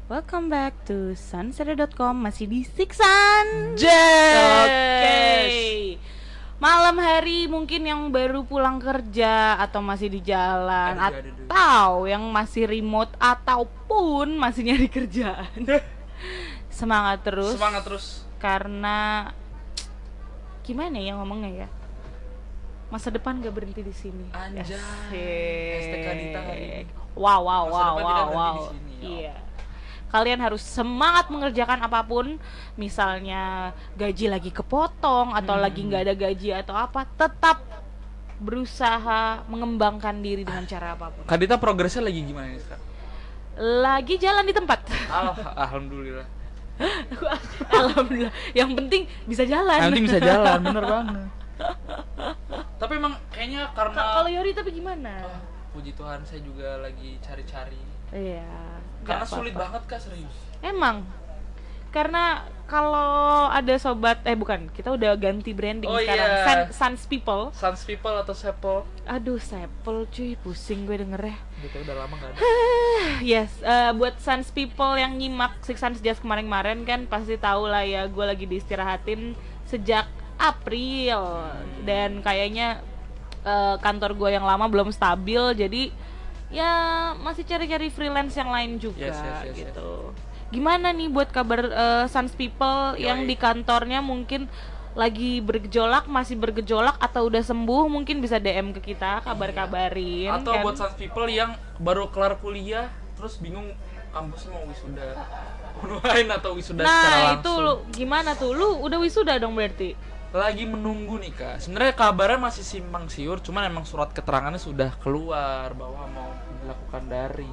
Welcome back to sunsere.com. Masih di Siksan. Yes. Oke. Malam hari mungkin yang baru pulang kerja atau masih di jalan atau yang masih remote ataupun masih nyari kerjaan. Semangat terus. Semangat terus. Karena gimana ya ngomongnya ya? Masa depan gak berhenti di sini. Anjay. Hashtag Kadita hari ini. Wow. Di sini, Iya. Kalian harus semangat mengerjakan apapun. Misalnya gaji lagi kepotong atau lagi nggak ada gaji atau apa, tetap berusaha mengembangkan diri dengan cara apapun. Kadita progresnya lagi gimana nih sekarang? Lagi jalan di tempat. Alhamdulillah. Alhamdulillah. Yang penting bisa jalan. Nanti bisa jalan, bener banget. Tapi emang kayaknya karena Kalau Yori tapi gimana? Puji Tuhan saya juga lagi cari-cari. Iya. Karena Gak sulit apa-apa. banget Kak, serius. Emang karena kalau ada sobat bukan, kita udah ganti branding sekarang. Iya. Sans People. Sans People atau Sepple. Aduh, Sepple cuy, pusing gue dengernya. Gitu udah lama enggak ada. Yes, buat Sans People yang nyimak Six Sans Jazz kemarin-kemarin kan pasti tahu lah ya, gue lagi diistirahatin sejak April dan kayaknya kantor gue yang lama belum stabil, jadi ya masih cari-cari freelance yang lain juga. Yes. Gitu. Gimana nih buat kabar Sans People yang di kantornya mungkin lagi bergejolak, masih bergejolak atau udah sembuh, mungkin bisa DM ke kita, kabar-kabarin. Atau kan? buat Sans People yang baru kelar kuliah terus bingung kampusnya mau wisuda online atau wisuda secara Nah langsung. itu gimana tuh, lu udah wisuda dong berarti? Lagi menunggu nih Kak. Sebenarnya kabarnya masih simpang siur, cuman emang surat keterangannya sudah keluar bahwa mau dilakukan daring.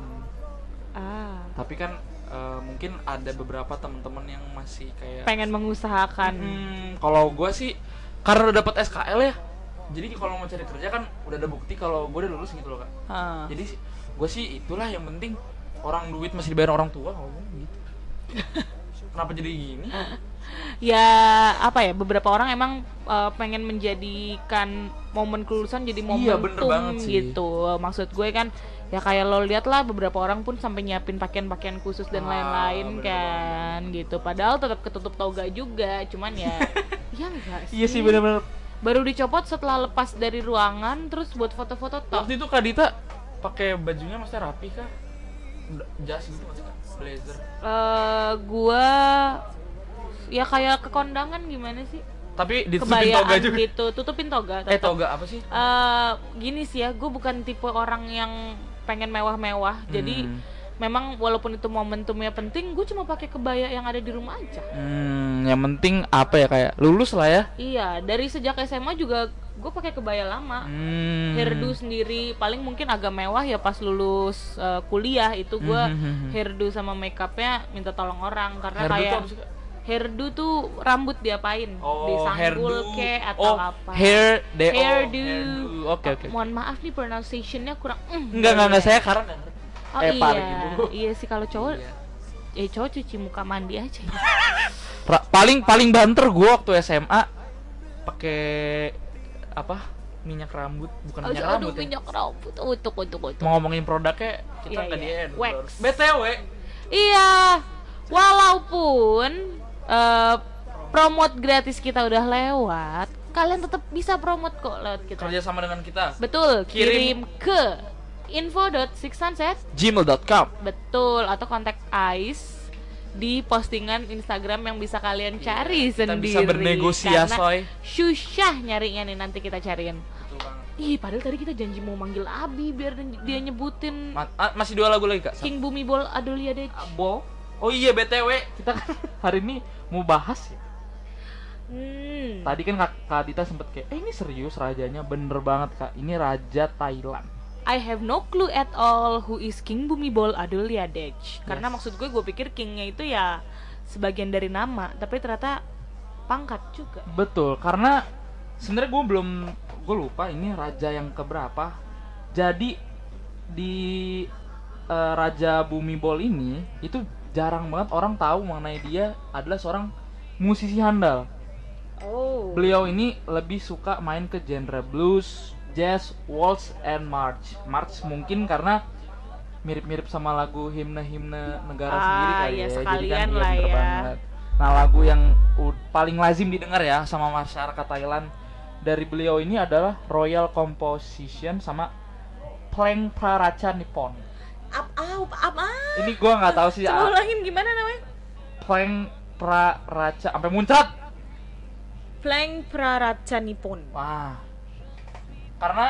Tapi kan mungkin ada beberapa teman-teman yang masih kayak pengen mengusahakan. Kalau gue sih karena udah dapat SKL ya, jadi kalau mau cari kerja kan udah ada bukti kalau gue udah lulus gitu loh Kak. Jadi gue sih itulah yang penting, orang duit masih dibayar orang tua ngomong gitu. Kenapa jadi gini? Ya apa ya, beberapa orang emang pengen menjadikan momen kelulusan jadi Iya, bener momentum banget sih. gitu. Maksud gue kan ya kayak lo lihat lah, beberapa orang pun sampai nyiapin pakaian-pakaian khusus dan lain-lain bener kan gitu. Padahal tetap ketutup toga juga, cuman ya ya enggak sih. Iya sih benar-benar. Baru dicopot setelah lepas dari ruangan terus buat foto-foto toh. Waktu itu Kak Dita pakai bajunya maksudnya rapi Kah? Jas gitu maksudnya, blazer. Gua ya kayak ke kondangan gimana sih? Tapi ditutupin Kebayaan toga juga. gitu, tutupin toga tetap. Toga apa sih? Gini sih ya, gue bukan tipe orang yang pengen mewah-mewah. Jadi memang walaupun itu momentumnya penting, gue cuma pakai kebaya yang ada di rumah aja. Yang penting apa ya, kayak lulus lah ya. Iya, dari sejak SMA juga gue pakai kebaya lama. Hairdo sendiri, paling mungkin agak mewah ya pas lulus kuliah itu gue hairdo sama makeupnya minta tolong orang karena Hairdo kayak tuh apa sih, Kak? hairdo tuh rambut diapain, disanggul hairdo. ke atau apa. Hairdo. Oke. Mohon maaf nih pronunciation-nya kurang. Enggak, saya karena enggak ngerti. Oh Parah iya, gitu. iya sih kalau cowok, Iya. cowok cuci muka mandi aja. Paling banter gue waktu SMA pakai apa? Minyak rambut, bukan minyak rambut ya. Minyak rambut, untuk. Mau ngomongin produknya kita Iya, nggak iya. di Wax. BTW. Iya, walaupun promote gratis kita udah lewat, kalian tetap bisa promote kok lewat kita. Kerja sama dengan kita. Betul, kirim Kirim ke info.sixsunset gmail.com. betul, atau kontak Ais di postingan Instagram yang bisa kalian cari kita sendiri. bisa bernegosiasi, karena soy. susah nyarinya nih, nanti kita cariin. Betul banget. Ih, padahal tadi kita janji mau manggil Abi biar dia nyebutin Masih 2 lagu lagi Kak. King Bumi Bol Adolia deh. Bo. Oh iya BTW, kita kan hari ini mau bahas ya. Tadi kan Kak Dita sempet kayak, ini serius rajanya, bener banget Kak. Ini raja Thailand. I have no clue at all who is King Bumibol Adulyadej. Karena maksud gue pikir kingnya itu ya sebagian dari nama, tapi ternyata pangkat juga. Betul, karena sebenarnya gue lupa ini raja yang keberapa. Jadi di Raja Bumibol ini itu jarang banget orang tahu mengenai dia adalah seorang musisi handal. Beliau ini lebih suka main ke genre blues, jazz, waltz, and march. March mungkin karena mirip-mirip sama lagu himne negara Ah, sendiri kali iya, ya. Jadi sekalian iya, lah bener ya. banget. Nah, lagu yang paling lazim didengar ya sama masyarakat Thailand dari beliau ini adalah Royal Composition sama Pleng Praracha Nippon. Apa? Ini gua nggak tahu sih. Coba ulangin gimana namanya? Pleng Praracha sampai muncrat. Pleng Praracha Nippon. Wah. Karena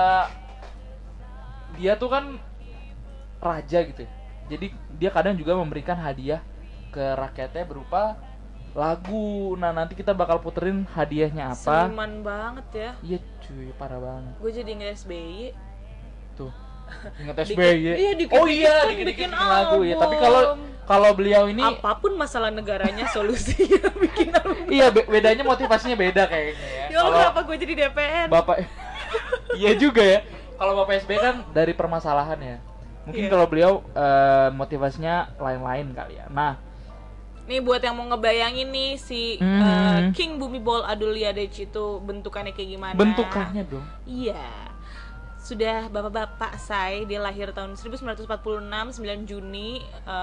dia tuh kan raja gitu ya. Jadi dia kadang juga memberikan hadiah ke rakyatnya berupa lagu. Nah, nanti kita bakal puterin hadiahnya apa. Seniman banget ya. Iya cuy, parah banget. Gue jadi inget SBY. Tuh. Ingat SBY. Iya, dikit-dikit oh iya, kan dikit-dikit bikin bikin lagu ya. album. Tapi kalau beliau ini Apapun masalah negaranya solusinya bikin album. iya bedanya motivasinya beda kayaknya ya. Ya Allah, kenapa gue jadi DPN? Bapak iya juga ya. Kalau Bapak SBY kan dari permasalahan ya. Mungkin Iya. kalau beliau motivasinya lain-lain kali ya. Nah, nih buat yang mau ngebayangin nih si King Bhumibol Adulyadej itu bentukannya kayak gimana? bentukannya dong. Iya. Sudah bapak-bapak say, dia lahir tahun 1946, 9 Juni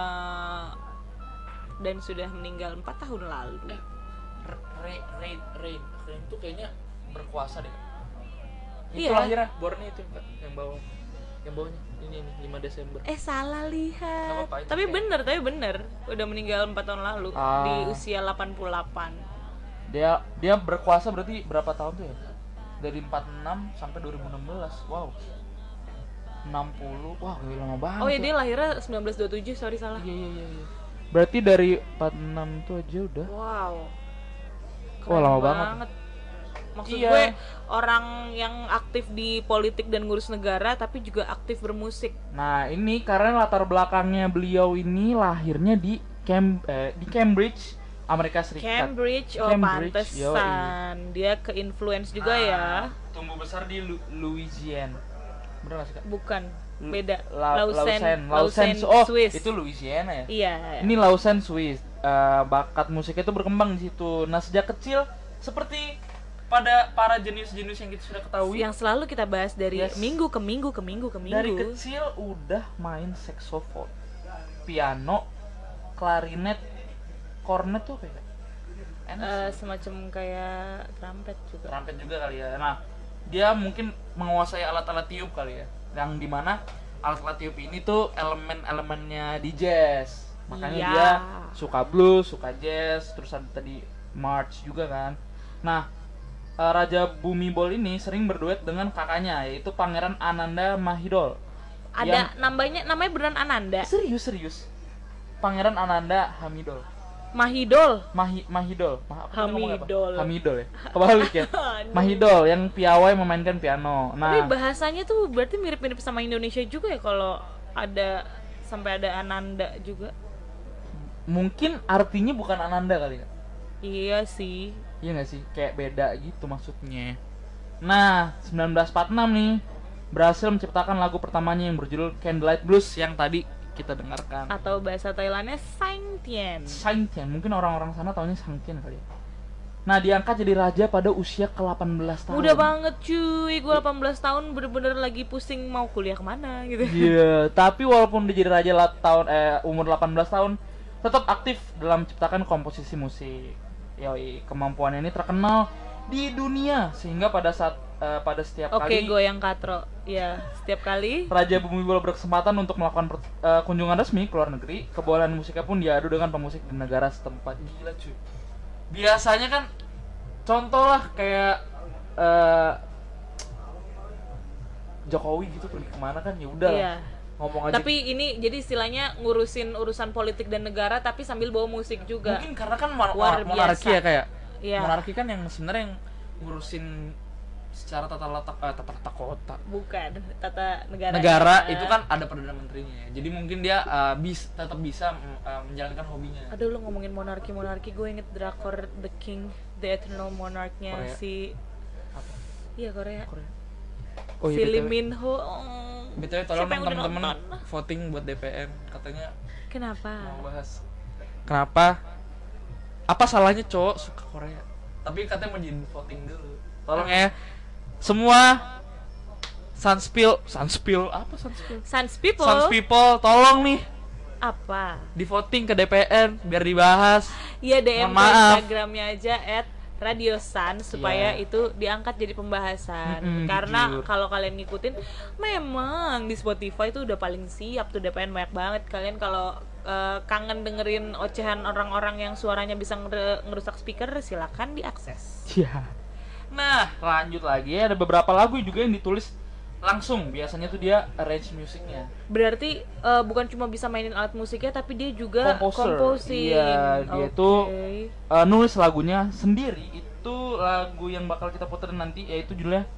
dan sudah meninggal 4 tahun lalu. Rain itu kayaknya berkuasa deh. Iya. Itu lahirnya bornya itu yang bawah. Yang bawahnya ini 5 Desember. Salah lihat. Nggak apa-apa, itu Tapi kayak- bener. Udah meninggal 4 tahun lalu Ah. di usia 88. Dia berkuasa berarti berapa tahun tuh ya? Dari 46 sampai 2016. Wow. 60. Wah, gila, lama banget. Oh iya, ya. dia lahirnya 1927, sorry salah. Iya. Berarti dari 46 tuh aja udah. Wow. Wah, lama banget. Maksud Iya. gue orang yang aktif di politik dan ngurus negara tapi juga aktif bermusik. Nah, ini karena latar belakangnya beliau ini lahirnya di Cambridge, Amerika Serikat. Cambridge, Cambridge, pantesan. Dia ke-influence juga ya. Tumbuh besar di Louisiana. Bener gak sih, Kak? Bukan, beda. Lausanne. Oh, Swiss. itu Louisiana ya? Iya. Ini Lausanne, Swiss. Bakat musiknya itu berkembang di situ. Nah, sejak kecil seperti pada para jenius-jenius yang kita sudah ketahui, Yang selalu kita bahas dari Yes. minggu ke minggu ke minggu ke minggu. dari kecil udah main saxophone, piano, klarinet, cornet tuh apa ya? Enak sih. Semacam kayak trumpet juga. Trumpet juga kali ya. Nah, dia mungkin menguasai alat-alat tiup kali ya. Yang dimana alat-alat tiup ini tuh elemen-elemennya di jazz. Makanya Iya. dia suka blues, suka jazz, terus ada tadi march juga kan. Nah, Raja Bhumibol ini sering berduet dengan kakaknya, yaitu Pangeran Ananda Mahidol. Ada namanya beneran Ananda. Serius. Pangeran Ananda Hamidol. Mahidol. Mahidol. Hamidol. Hamidol ya. Kebalik ya. Aduh. Mahidol yang piawai memainkan piano. Tapi Nah, bahasanya tuh berarti mirip-mirip sama Indonesia juga ya kalau ada sampai ada Ananda juga. mungkin artinya bukan Ananda kali ya. Iya sih. Iya nggak sih? Kayak beda gitu maksudnya. Nah, 1946 nih berhasil menciptakan lagu pertamanya yang berjudul Candlelight Blues yang tadi kita dengarkan. Atau bahasa Thailandnya Sang Tien. Sangtian, mungkin orang-orang sana taunya Sangtian kali ya. Nah, diangkat jadi raja pada usia ke-18 tahun. Mudah banget cuy, gue 18 tahun bener-bener lagi pusing mau kuliah kemana gitu. Iya, tapi walaupun dia jadi raja umur 18 tahun, tetap aktif dalam menciptakan komposisi musik. Yoi, kemampuannya ini terkenal di dunia sehingga pada setiap Oke, kali goyang katro. Ya, setiap kali. Raja Bhumibol berkesempatan untuk melakukan kunjungan resmi ke luar negeri, kebolehan musiknya pun diadu dengan pemusik di negara setempat. Gila cuy. Biasanya kan contoh lah kayak Jokowi gitu pergi kemana kan ya udah Iya. ngomong aja. Tapi ini jadi istilahnya ngurusin urusan politik dan negara tapi sambil bawa musik juga. Mungkin karena kan Luar monarki biasa. ya kayak. Iya. Monarki kan yang sebenarnya yang ngurusin secara tata letak kota. Bukan tata negara. Negara itu kan ada perdana menterinya ya. Jadi mungkin dia tetap bisa menjalankan hobinya. Aduh, lu ngomongin monarki, gue inget drakor The King, The Eternal Monarch-nya Korea. si Apa? Iya Korea. Oh Si iya, Lee BTW. Min Ho. BTW tolong Siapa yang dong udah teman-teman nonton? voting buat DPM katanya Kenapa? mau bahas. Kenapa? Apa salahnya cowok suka Korea? Tapi katanya mau jadi voting dulu. Tolong ya. Semua Sunspill apa Sans People. Sans People, tolong nih Apa? di voting ke DPR biar dibahas. Ya DM Mohon ke maaf. Instagramnya aja Radio Sun supaya Iya. itu diangkat jadi pembahasan. Karena jujur. kalau kalian ngikutin, memang di Spotify itu udah paling siap tuh DPN banyak banget. Kalian kalau kangen dengerin ocehan orang-orang yang suaranya bisa ngerusak speaker, silakan diakses. Iya. Nah, lanjut lagi, ada beberapa lagu juga yang ditulis langsung. Biasanya tuh dia arrange musiknya. Berarti bukan cuma bisa mainin alat musiknya, tapi dia juga Composer. composing. Iya, dia Oke. tuh nulis lagunya sendiri. Itu lagu yang bakal kita puterin nanti, yaitu judulnya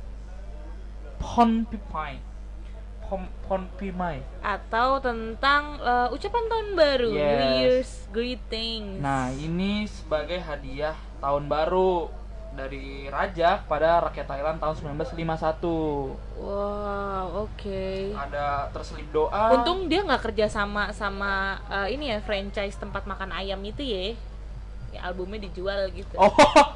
Ponpimai. Atau tentang ucapan tahun baru, Yes. New Year's greetings. Nah, ini sebagai hadiah tahun baru dari raja kepada rakyat Thailand tahun 1951. Wow, oke. Ada terselip doa. Untung dia nggak kerja sama ini ya, franchise tempat makan ayam itu ya. Ya albumnya dijual gitu. Oh.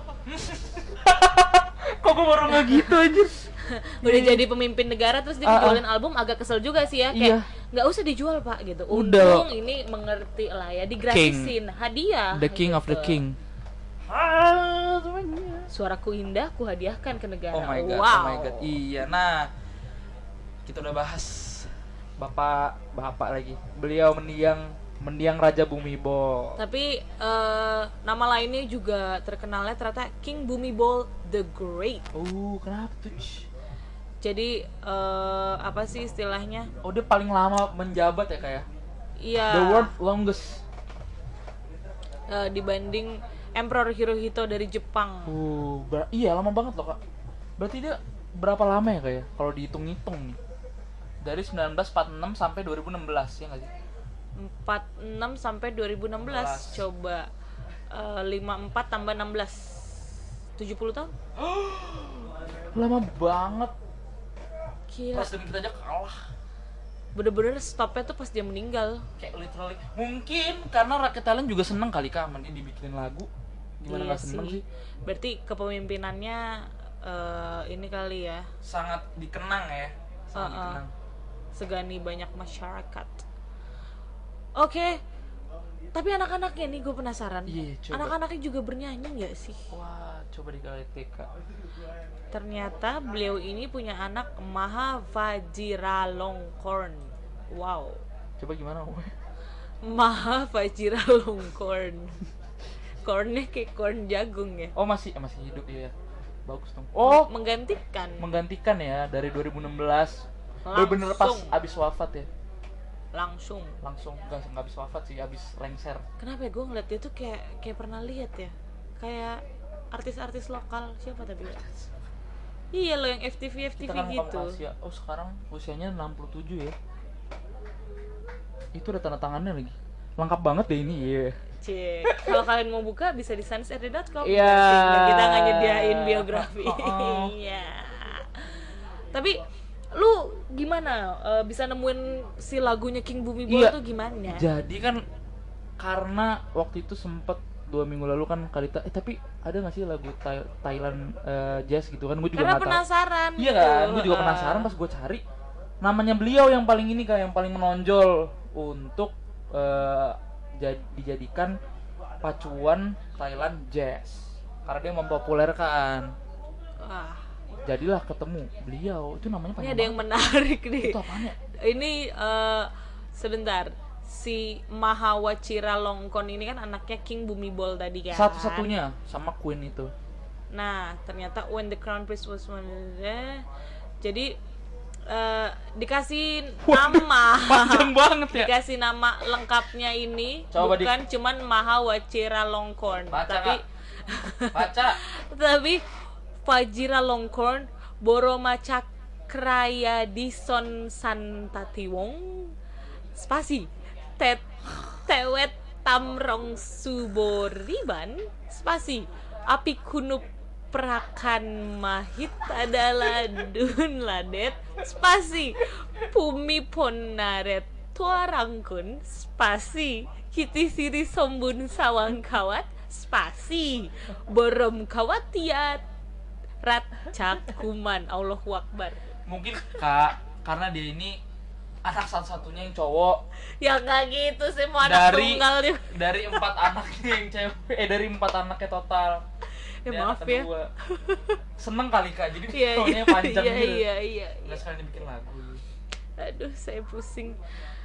Kok gue baru nggak gitu aja. Udah jadi pemimpin negara terus dia jualin album, agak kesel juga sih ya, kayak nggak usah dijual Pak gitu. Udah. Untung ini mengerti lah ya, digratisin, hadiah. The king of the gitu. king. Suaraku indah ku hadiahkan ke negara. Oh my god, wow. oh my god. Iya, nah kita udah bahas bapak lagi. Beliau mendiang Raja Bhumibol. Tapi nama lainnya juga terkenalnya ternyata King Bhumibol the Great. Kenapa tuh? Jadi apa sih istilahnya? Oh, dia paling lama menjabat ya kayak. Iya. The world longest. Dibanding Emperor Hirohito dari Jepang. Iya lama banget loh kak. Berarti dia berapa lama ya kayak? Kalau dihitung-hitung nih. Dari 1946 sampai 2016 ya nggak sih? 46 sampai 2016. Coba 54 tambah 16. 70 tahun? Lama banget. Gila. Presiden kita aja kalah. Bener-bener stopnya tuh pas dia meninggal. Kayak literally. Mungkin karena rakyat Thailand juga seneng kali kak, dia dibikinin lagu. Gimana Iya nggak seneng sih? Berarti kepemimpinannya ini kali ya, Sangat dikenang ya. Sangat dikenang. segani banyak masyarakat. Oke. Tapi anak-anaknya nih gue penasaran. Iya, coba. Anak-anaknya juga bernyanyi nggak sih? Wah, coba dikali kak. Ternyata beliau ini punya anak Maha Vajiralongkorn. Wow. Coba gimana? Maha Vajiralongkorn. Kornnya kayak korn jagung ya. Oh masih hidup ya. Bagus dong. Oh, Menggantikan ya dari 2016. Bener-bener pas abis wafat ya. langsung. Enggak abis wafat sih, abis lengser. Kenapa ya gue ngeliat dia tuh kayak pernah lihat ya, kayak artis-artis lokal siapa tadi ya? Iya lo yang FTV Kita kan gitu. Asia. Oh sekarang usianya 67 ya. Itu udah tanda tangannya lagi. Lengkap banget deh ini ya. Cek. Kalau kalian mau buka bisa di sansrd.com. Iya. Kita nggak nyediain biografi. Iya. Tapi lu gimana bisa nemuin si lagunya King Bhumibol tuh gimana? Jadi kan karena waktu itu sempet 2 minggu lalu kan Karita tapi ada nggak sih lagu Thailand jazz gitu kan, gue juga Karena nggak tahu. penasaran. Iya kan, gue juga penasaran pas gue cari namanya beliau yang paling ini kayak yang paling menonjol untuk dijadikan pacuan Thailand jazz karena dia mempopulerkan. Wah. Jadilah ketemu beliau, itu namanya Ini panjang ada yang banget. menarik nih. Itu apaan ya? Ini sebentar. Si Mahawachiralongkorn ini kan anaknya King Bhumibol tadi kan. Satu-satunya sama Queen itu. Nah, ternyata when the crown prince was jadi dikasih nama. Panjang banget ya. Dikasih nama lengkapnya ini Coba bukan cuman Mahawachiralongkorn, Baca, tapi Baca. tapi Vajiralongkorn Boromacakraya Dison Santatiwong spasi Tewet Tamrong Suboriban spasi Api Kunup Prakan Mahit adalah Dun Ladet spasi Pumi Ponaret Tuarangkun spasi Kiti Siri Sombun Sawang Kawat spasi Borom Kawatiat Ratcakuman. Allahu Akbar. Mungkin Kak, karena dia ini anak satu-satunya yang cowok Ya nggak gitu sih, mau anak tunggal juga. dari 4 anaknya yang cewek, dari 4 anaknya total. Ya Dia maaf anak ya. kedua. Seneng kali Kak, jadi Iya, videonya iya, panjang iya, gitu. iya, iya, Nggak iya. sekalian bikin lagu. Aduh, saya pusing.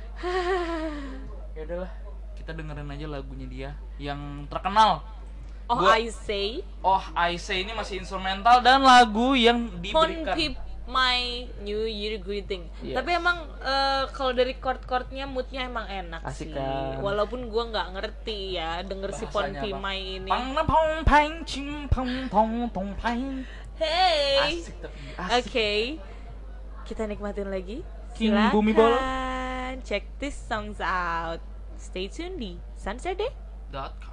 Ya udahlah, kita dengerin aja lagunya dia yang terkenal. Oh, Gua- I say Oh, I Say ini masih instrumental dan lagu yang Phone diberikan. Peep My New Year Greeting. Yes. Tapi emang kalau dari chord-chordnya moodnya emang enak Asik sih. kan? Walaupun gua nggak ngerti ya denger si Phone Bahasanya Peep apa? My ini. Pang na pong pang chim pang tong tong pang. Hey. Asik tapi Oke. Kita nikmatin lagi. King Bumi Bolo. Silakan check this songs out. Stay tuned di Sanserde. .com.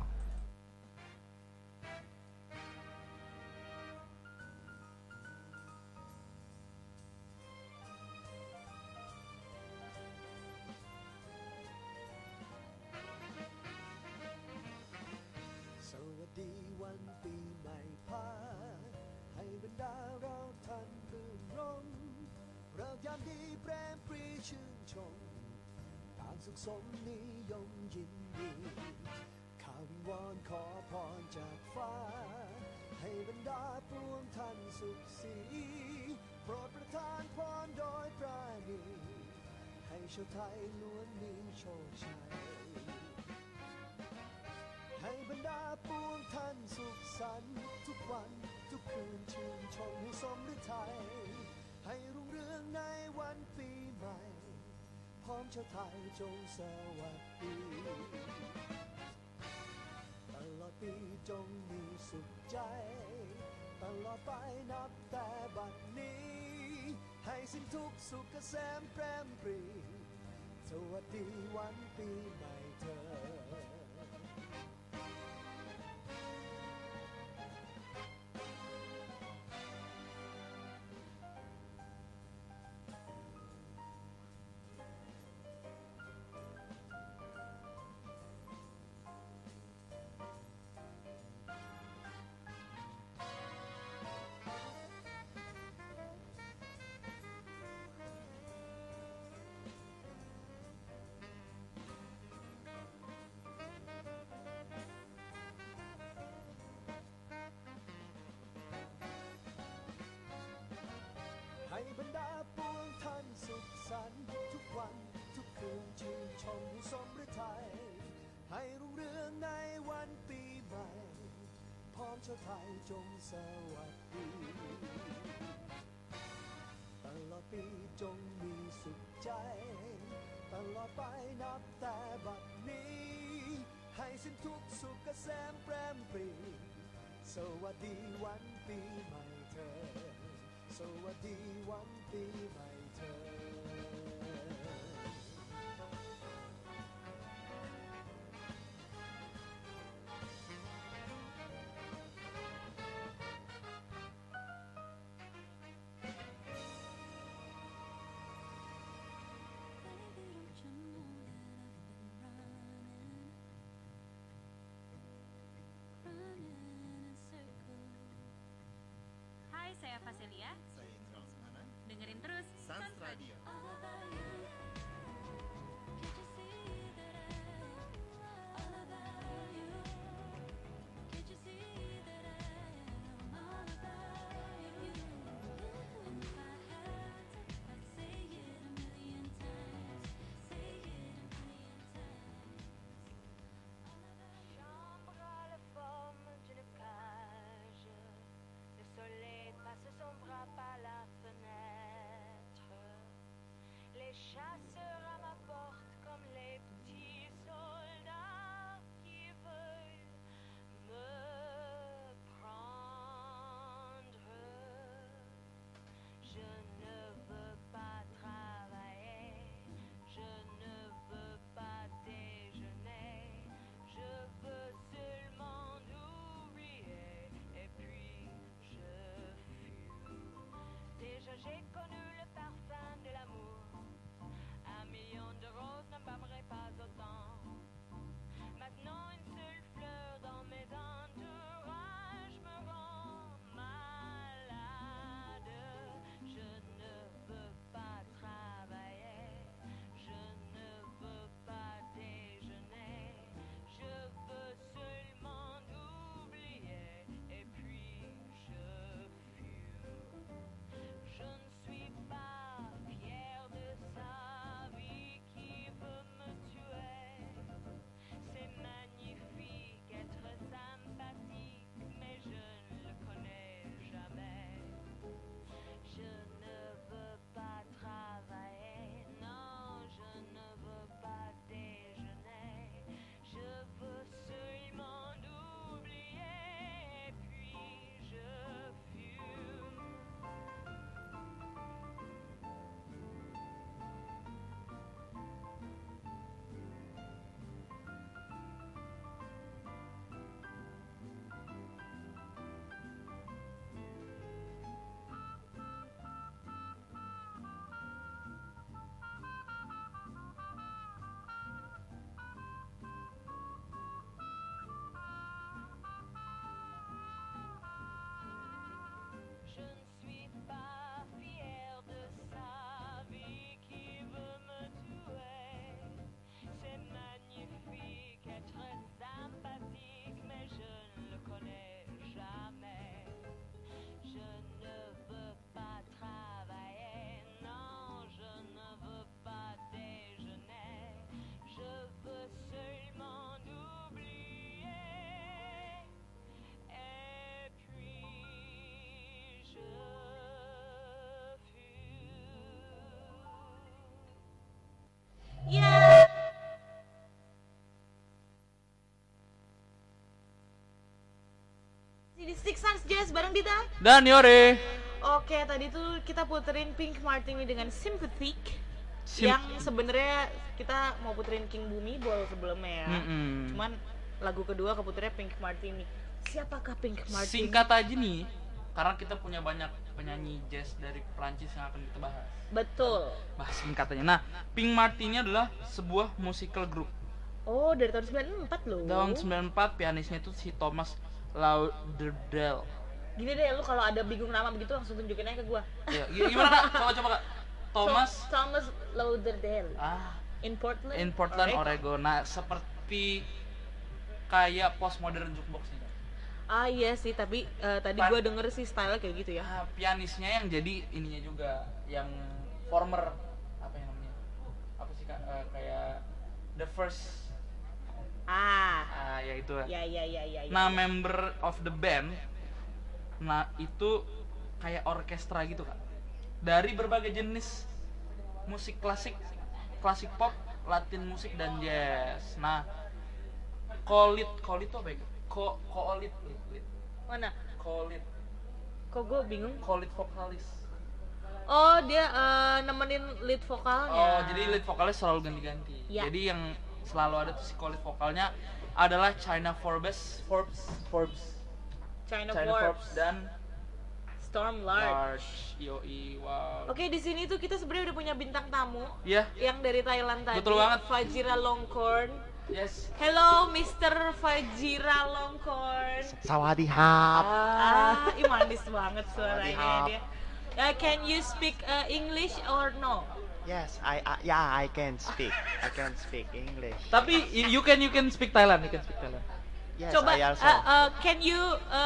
สวัสดีวันปีใหม่พาให้บรรดาเราท่านรื่นรมเริกยามดีแปรปรีชื่นชมต่างสุขสมนิยมยินดีข้าวิงวอนขอพรจากฟ้าให้บรรดาปวงท่านสุขสีโปรดประทานพรโดยปราณีให้ชาวไทยล้วนมีโชคชัย ให้บรรดาปวงท่านสุขสันต์ทุกวันทุกคืนชื่นชมให้สมฤทัยให้รุ่งเรืองในวันปีใหม่พร้อมชาวไทยจงสวัสดีตลอดปีจงมีสุขใจตลอดไปนับแต่บัดนี้ให้สิ้นทุกข์สุขเกษมแปรมปรีสวัสดีวันปีใหม่เธอ ให้บรรดาปวงท่านสุขสันต์ทุกวันทุกคืนชื่นชมให้สมฤทัยให้รุ่งเรืองในวันปีใหม่พร้อมชาวไทยจงสวัสดีตลอดปีจงมีสุขใจตลอดไปนับแต่บัดนี้ให้สิ้นทุกข์สุขเกษมแปรมปรีสวัสดีวันปีใหม่เธอ สวัสดีวันปีใหม่เธอ Hai, saya Faselia. Saya Indra Lesmana, Dengerin terus Sans Radio. Chambre à la forme d'une cage. Le soleil passe son bras par la fenêtre. Jazz bareng Dita. Dan Yore. Oke, tadi tuh kita puterin Pink Martini dengan Sympathetic. Sim- Yang sebenarnya kita mau puterin King Bumi Bol sebelumnya ya. Cuman lagu kedua keputernya Pink Martini. Siapakah Pink Martini? Singkat aja nih, karena kita punya banyak penyanyi jazz dari Prancis yang akan kita bahas. Betul. Bahas singkatannya. Nah, Pink Martini adalah sebuah musical group. Oh, dari tahun 94 loh. Tahun 94, pianisnya itu si Thomas Lauderdale. Gini deh, lu kalau ada bingung nama begitu langsung tunjukin aja ke gua. Ya, gimana Kak? Coba Kak. Thomas Lauderdale. In Portland. In Portland, Oregon. Nah, seperti kayak postmodern jukebox nih. Ah iya sih, tapi tadi gua denger sih style kayak gitu ya. Pianisnya yang jadi ininya juga, yang former apa yang namanya? Apa sih Kak? Kayak the first ya itu. Ya. Nah, member of the band, nah itu kayak orkestra gitu Kak. Dari berbagai jenis musik klasik pop, Latin musik dan jazz. Nah, kolit itu apa ya? Kolit. Mana? Kolit. Kok gue bingung? Kolit vokalis. Oh, dia nemenin lead vokalnya. Oh, jadi lead vokalnya selalu ganti-ganti. Ya. Jadi yang selalu ada tuh si kolit vokalnya adalah China Forbes, China Forbes dan Storm Large. Yoi, wow. Oke, di sini tuh kita sebenarnya udah punya bintang tamu. Iya. Yang dari Thailand tadi. Betul banget. Fajira Longkorn. Yes. Hello, Mr. Fajira Longkorn. สวัสดีครับ Ih manis banget suaranya Sawadee dia. Can you speak English or no? Yes, I can speak English. Tapi you can speak Thailand, Yes, Coba, I also. can you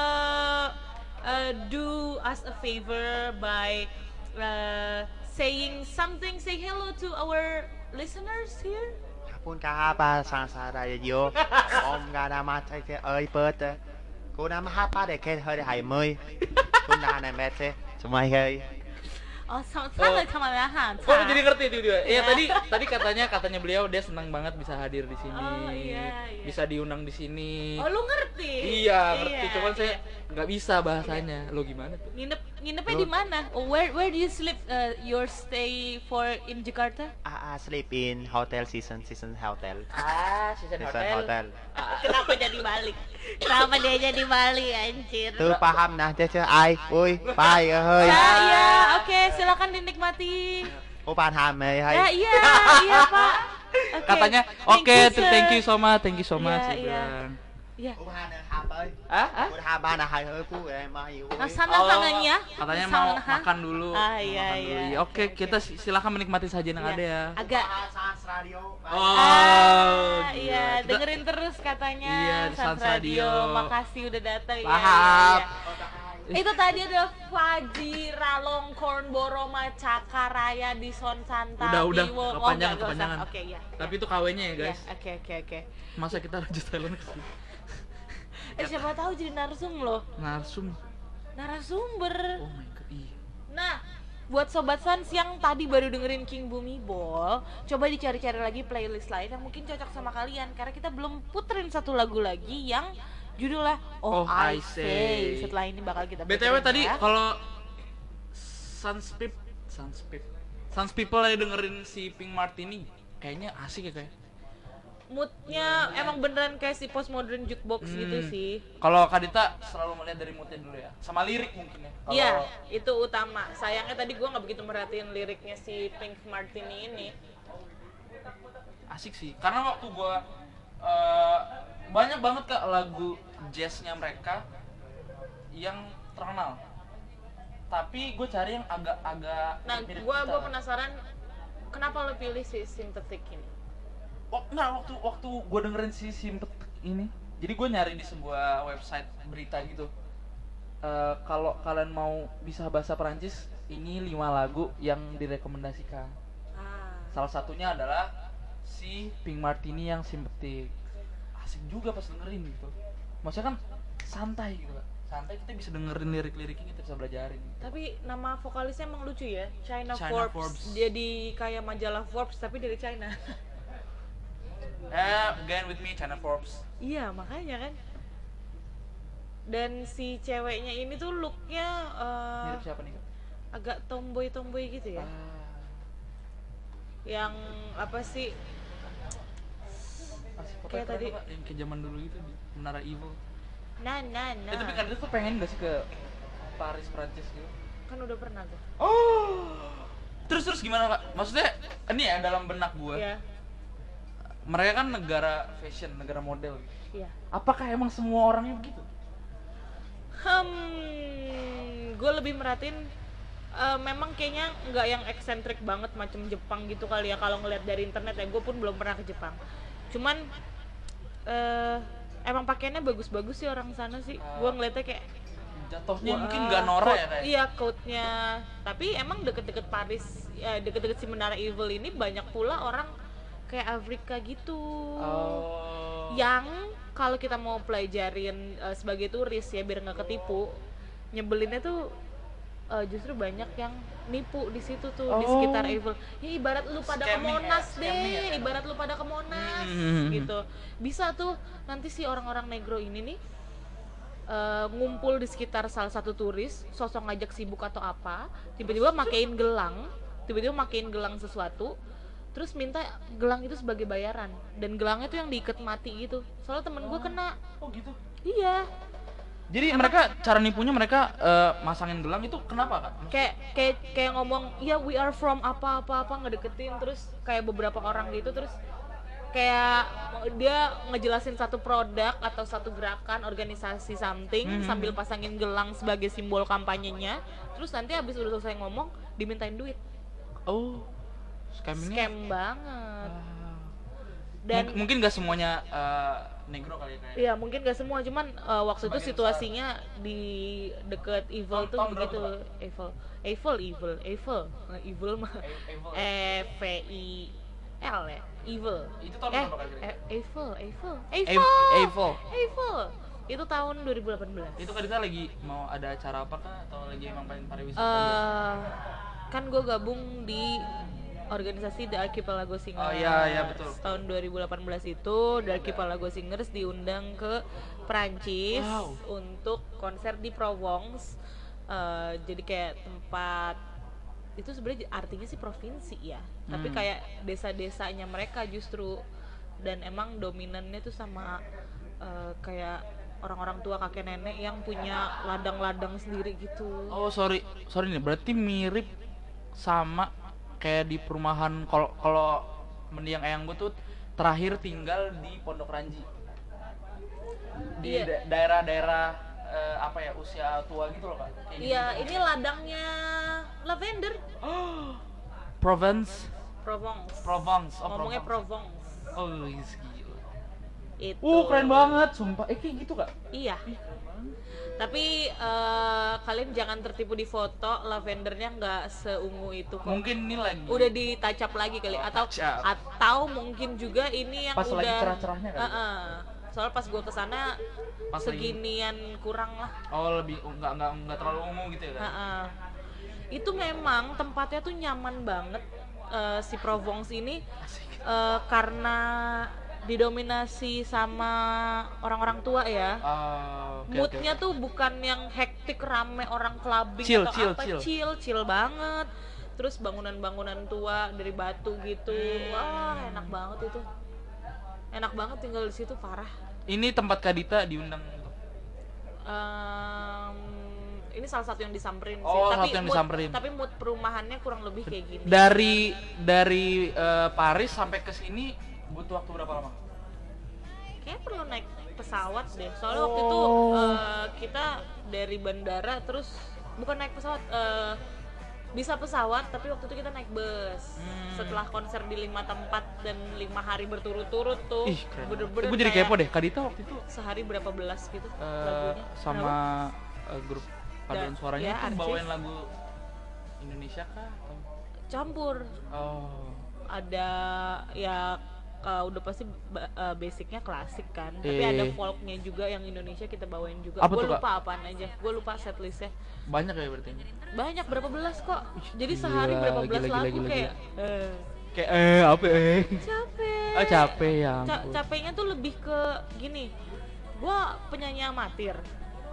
do us a favor by saying something, say hello to our listeners here? ขอบคุณครับภาษาไทยเยอะผมกาดามาใช้เอ้ยเปิดกูนำฮับป้าเด็กแค่เธอได้หายมือคุณนาในแมทเซ่สมัยเฮ้ย Oh, sama lahan. Kok jadi ngerti tiba-tiba? Iya, tadi katanya beliau dia senang banget bisa hadir di sini. Oh, iya. Bisa diundang di sini. Oh, lu ngerti? Iya, ngerti. Cuman iya. saya nggak bisa bahasanya. Lo gimana tuh? Nginepnya di mana? Oh, where do you sleep your stay for in Jakarta? sleep in hotel season hotel. Season hotel. Kenapa jadi Bali? Kenapa dia jadi Bali, anjir? Tuh paham nah cece ai, uy, pai ơi. Iya, oke, silakan dinikmati. Cô bạn hàm mày hay. Ya, iya, Pak. Oke. Katanya, oke, thank you so much, Iya, dia iya. bilang. Iya. Cô bạn hàm ơi. Ah? Cô hàm bạn là hay ơi, cô em mai uy. Sana tangannya. Katanya mau Sana. makan dulu. Iya, Makan dulu. iya. Oke, kita silakan menikmati sajian yang Iya. ada ya. Agak Sans radio. Oh, iya, gila. dengerin terus katanya. Iya, di Sans Sans Radio. Radio. Makasih udah datang ya. Paham. Itu tadi ada Fajira Longkorn Boroma Cakaraya di Son Santa. Udah, Biwo. kepanjangan, nggak usah. kepanjangan. Oke, ya. Tapi itu KW-nya ya, Ya, guys. oke. Masa kita lanjut Thailand ke sini? Siapa tahu jadi narsum loh. Narsum. Narasumber. Oh my god, iya. Nah, buat Sobat Sans yang tadi baru dengerin King Bumi Bol, coba dicari-cari lagi playlist lain yang mungkin cocok sama kalian. Karena kita belum puterin satu lagu lagi yang judulnya Oh, I Say. Setelah ini bakal kita BTW puterin tadi ya. kalau Sans People lagi dengerin si Pink Martini, kayaknya asik ya kayak. Moodnya emang beneran kayak si postmodern jukebox gitu sih. Kalau Kadita selalu melihat dari moodnya dulu ya, sama lirik mungkin ya. Kalau Iya, itu utama. Sayangnya tadi gua nggak begitu merhatiin liriknya si Pink Martini ini. asik sih, karena waktu gua banyak banget Kak lagu jazznya mereka yang terkenal. Tapi gue cari yang agak-agak Nah, mirip gua kita. penasaran kenapa lo pilih si Sympathetic ini? Waktu gue dengerin si Sympathetic ini, jadi gue nyari di sebuah website berita gitu. Kalau kalian mau bisa bahasa Perancis, ini 5 lagu yang direkomendasikan. Salah satunya adalah si Pink Martini yang Sympathetic. Asik juga pas dengerin gitu. Maksudnya kan santai gitu, Kak. Santai, kita bisa dengerin lirik-liriknya, kita bisa belajarin gitu. Tapi nama vokalisnya emang lucu ya, China China Forbes. Forbes. Jadi kayak majalah Forbes tapi dari China. Again with me, China Forbes. Iya, makanya kan. Dan si ceweknya ini tuh looknya Mirip siapa nih Kak? agak tomboy gitu ya. Yang apa sih? Foto Kayak keren tadi. tuh, Kak, yang ke zaman dulu gitu di Menara Eiffel. Nah. Tapi Kadita tuh pengen gak sih ke Paris, Prancis gitu? Kan udah pernah tuh. Oh. Terus gimana Kak? Maksudnya ini ya dalam benak gue. Iya. Mereka kan negara fashion, negara model gitu. Iya. Apakah emang semua orangnya begitu? Gue lebih merhatiin memang kayaknya nggak yang eksentrik banget macam Jepang gitu kali ya kalau ngeliat dari internet ya. Gue pun belum pernah ke Jepang. Cuman emang pakaiannya bagus-bagus sih orang sana sih. Gue ngeliatnya kayak Jatuhnya mungkin nggak norak ya kayak. Iya, coat-nya. Tapi emang deket-deket Paris, ya, deket-deket si Menara Eiffel ini banyak pula orang kayak Afrika gitu. Oh. Yang kalau kita mau pelajarin sebagai turis ya biar nggak ketipu, nyebelinnya tuh justru banyak yang nipu di situ tuh di sekitar Eiffel. Ya ibarat lu pada ke Scamming Monas ya, scamming ya. deh, ibarat lu pada ke Monas gitu. Bisa tuh nanti si orang-orang negro ini nih ngumpul di sekitar salah satu turis, sosok ngajak sibuk atau apa, tiba-tiba makein gelang sesuatu, terus minta gelang itu sebagai bayaran, dan gelangnya tuh yang diikat mati gitu. Soalnya temen gue kena. Oh gitu. Iya. Jadi mereka cara nipunya mereka masangin gelang itu kenapa Kak? Kayak ngomong ya we are from apa ngedeketin, terus kayak beberapa orang gitu, terus kayak dia ngejelasin satu produk atau satu gerakan organisasi something sambil pasangin gelang sebagai simbol kampanyenya, terus nanti habis udah selesai ngomong dimintain duit. Oh, scammingnya. Scam banget. Dan mungkin gak semuanya negro kali ya kayak. iya mungkin gak semua, cuman waktu itu situasinya di deket Eiffel tuh Tahun berapa, begitu. Eiffel mah EVIL ya, Eiffel. Itu tahun berapa kali? Eiffel. Itu tahun 2018. Itu Kadita lagi mau ada acara apa kah atau lagi emang pengen pariwisata? Kan gue gabung di organisasi The Archipelago Singers. Oh iya betul. Tahun 2018 itu The Archipelago Singers diundang ke Prancis untuk konser di Provence. Jadi kayak tempat itu sebenarnya artinya sih provinsi ya, tapi kayak desa-desanya mereka justru, dan emang dominannya tuh sama kayak orang-orang tua kakek nenek yang punya ladang-ladang sendiri gitu. Oh sorry nih, berarti mirip sama kayak di perumahan kalau mendiang eyang gue tuh terakhir tinggal di Pondok Ranji di daerah-daerah apa ya usia tua gitu loh Kak. Iya, ini ladangnya lavender. Provence. Ngomongnya Provence. Oh yes, gila. Itu. Keren banget, sumpah. Kayak gitu Kak. Iya. Tapi kalian jangan tertipu di foto, lavendernya nggak seungu itu kok. Mungkin ini lagi. Udah ditacap lagi kali, atau mungkin juga ini yang pas udah. Lagi cerah-cerahnya kali. Soalnya pas gue kesana seginian kurang lah. Oh lebih nggak terlalu ungu gitu ya kan? Itu memang tempatnya tuh nyaman banget si Provence ini karena didominasi sama orang-orang tua ya. Moodnya tuh bukan yang hektik rame orang clubbing atau apa, chill banget. Terus bangunan-bangunan tua dari batu gitu, wah enak banget itu. Enak banget tinggal di situ, parah. Ini tempat Kadita diundang untuk? Ini salah satu yang disamperin sih. Oh, satu yang disamperin. Tapi mood perumahannya kurang lebih kayak gini. Dari Paris sampai ke sini butuh waktu berapa lama? Kayaknya perlu naik pesawat deh. Soalnya waktu itu kita dari bandara terus bukan naik pesawat, bisa pesawat, tapi waktu itu kita naik bus. Setelah konser di 5 tempat dan 5 hari berturut-turut tuh. Ih, keren. Bener-bener Gue jadi kepo deh. Kadita waktu itu sehari berapa belas gitu lagunya. sama grup paduan suaranya ya, itu artis. bawain lagu Indonesia kah atau? Campur. Oh. Ada ya udah pasti basicnya klasik kan, tapi Iya. ada folknya juga yang Indonesia kita bawain juga. Apa Gue tuh, Kak? lupa apaan aja, gue lupa setlistnya. Banyak ya berarti? Banyak, berapa belas kok. Jadi Gila, sehari berapa belas gila, lagu gila. kayak Kayak apa capek. Oh capek ya ampun. Capeknya tuh lebih ke gini, gue penyanyi amatir.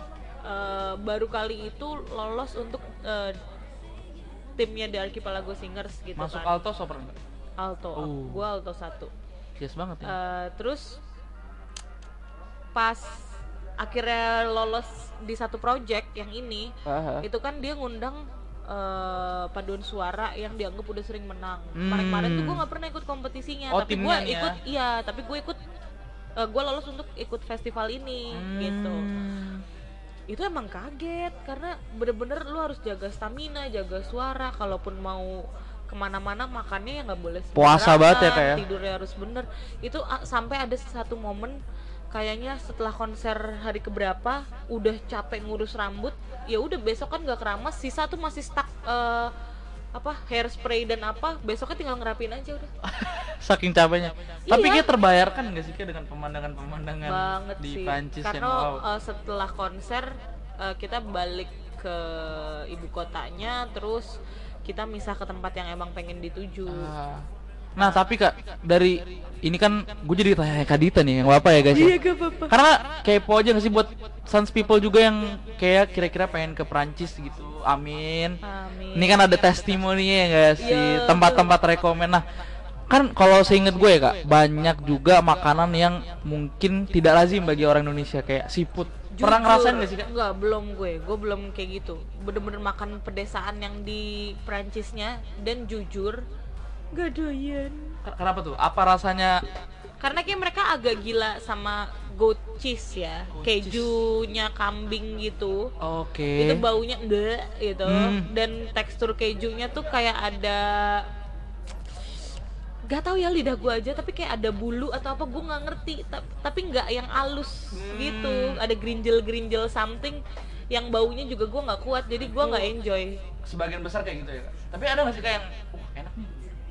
baru kali itu lolos untuk timnya The Archipelago Singers gitu Masuk kan. alto sopran enggak? Alto. Gua alto 1. Yes banget ya. Terus pas akhirnya lolos di satu project yang ini, itu kan dia ngundang paduan suara yang dianggap udah sering menang. Kemarin tuh gue nggak pernah ikut kompetisinya, Oh, tapi gue timnya ya? ikut, iya, tapi gue ikut, gue lolos untuk ikut festival ini, gitu. Itu emang kaget karena bener-bener lu harus jaga stamina, jaga suara, kalaupun mau kemana-mana makannya ya nggak boleh Puasa banget ya, Kak, ya? tidurnya harus bener. Itu sampai ada satu momen kayaknya setelah konser hari keberapa udah capek ngurus rambut, ya udah besok kan nggak keramas, sisa tuh masih stuck hairspray dan besoknya tinggal ngerapin aja udah. Saking capeknya. Tapi Iya. kayak terbayarkan nggak sih kayak dengan pemandangan-pemandangan Banget di sih Prancis yang karena wow. setelah konser kita balik ke ibu kotanya, terus kita misah ke tempat yang emang pengen dituju. Nah tapi Kak, dari ini kan gue jadi tanya Kak Dita nih, yang apa ya guys? Iya gak apa-apa. Karena kepo aja nggak sih buat Sans People juga yang kayak kira-kira pengen ke Prancis gitu. Amin. Ini kan ada testimoninya ya nggak sih, Iya, tempat-tempat rekomen. Nah kan kalau seinget gue ya Kak, banyak juga makanan yang mungkin tidak lazim bagi orang Indonesia kayak seafood. Pernah ngerasain nggak sih Kak? Enggak, gue belum kayak gitu. Bener-bener makan pedesaan yang di Prancisnya, dan jujur gak doyan. Kenapa tuh? Apa rasanya? Karena kayak mereka agak gila sama goat cheese ya, kejunya kambing gitu. Oke. Itu baunya enggak gitu. Dan tekstur kejunya tuh kayak ada, gak tahu ya, lidah gue aja, tapi kayak ada bulu atau apa, gue nggak ngerti. Tapi nggak yang halus gitu, ada gerinjel something yang baunya juga gue nggak kuat, jadi gue nggak enjoy. Sebagian besar kayak gitu ya Kak. Tapi ada nggak sih kayak yang enak nih?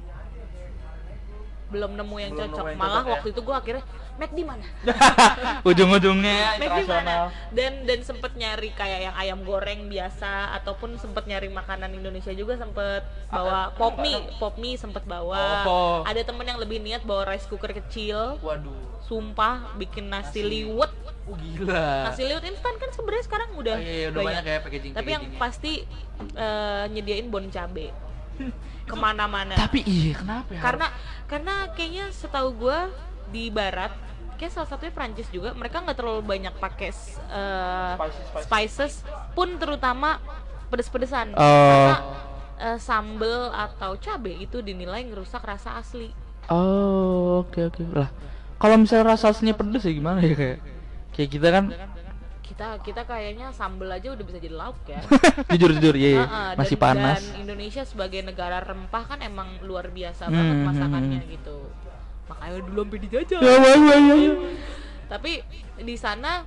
Belum nemu yang Belum nemu cocok. yang Malah cocok ya? waktu itu gue akhirnya McD mana? Ujung-ujungnya McD mana? internasional. Dan sempet nyari kayak yang ayam goreng biasa, ataupun sempet nyari makanan Indonesia juga, sempet bawa pop mie sempet bawa. Ada temen yang lebih niat bawa rice cooker kecil. Waduh. Sumpah bikin nasi liwet. Gila. Nasi liwet instan kan sebenarnya sekarang udah, Udah banyak ya packaging. Tapi yang pasti nyediain bon cabe kemana-mana. Tapi iya kenapa ya? Karena kayaknya setahu gue di barat, kayak salah satunya Prancis juga, mereka nggak terlalu banyak pakai spices pun, terutama pedes-pedesan. Karena sambel atau cabe itu dinilai ngerusak rasa asli. Oh, oke. Lah, kalau misalnya rasa aslinya pedes ya gimana ya kayak kita kan kita kayaknya sambel aja udah bisa jadi lauk ya. jujur iya. Masih panas. Dan Indonesia sebagai negara rempah kan emang luar biasa banget masakannya gitu. Makanya dulu sampai dijajah. Ya. Tapi di sana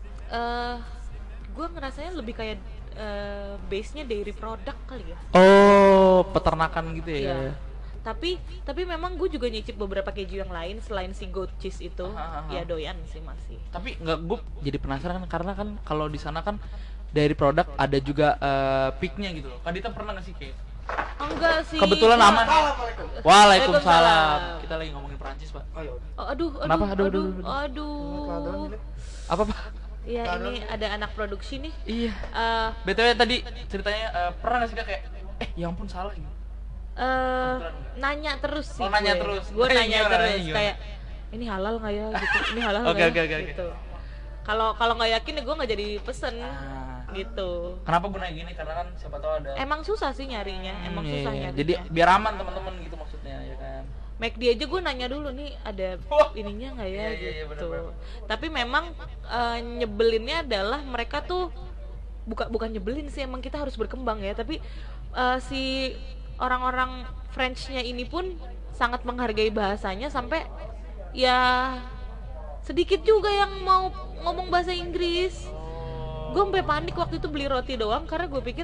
gue ngerasanya lebih kayak base-nya dairy product kali ya. Oh, peternakan gitu ya. Iya. Tapi memang gue juga nyicip beberapa keju yang lain selain si goat cheese itu. Ya doyan sih masih. Tapi nggak, gue jadi penasaran karena kan kalau di sana kan dairy product ada juga pignya gitu loh. Kadita pernah nggak sih kayak? Enggak sih. Kebetulan aman. Waalaikumsalam. Waalaikumsalam. Kita lagi ngomongin Prancis Pak. Aduh. Kenapa? Aduh. Apa Pak? Iya, ini ada anak produksi nih. Iya. BTW tadi ceritanya pernah nggak sih Kak kayak ya ampun salah gitu. Nanya terus sih. Nanya terus. Gue nanya Gimana, terus gimana? kayak ini halal nggak ya gitu. Ini halal Oke, nggak oke. gitu. Kalau nggak yakin ya gue nggak jadi pesen gitu. Kenapa gue nanya gini? Karena kan siapa tahu ada. Emang susah sih nyarinya. Emang susah Iya. nyarinya. Jadi biar aman teman-teman gitu maksudnya ya kan. McD aja gue nanya dulu nih ada ininya nggak ya Iya, gitu. bener. Tapi memang nyebelinnya adalah mereka tuh bukan nyebelin sih, emang kita harus berkembang ya. Tapi si orang-orang French-nya ini pun sangat menghargai bahasanya, sampai ya sedikit juga yang mau ngomong bahasa Inggris. Gue sampai panik waktu itu beli roti doang karena gue pikir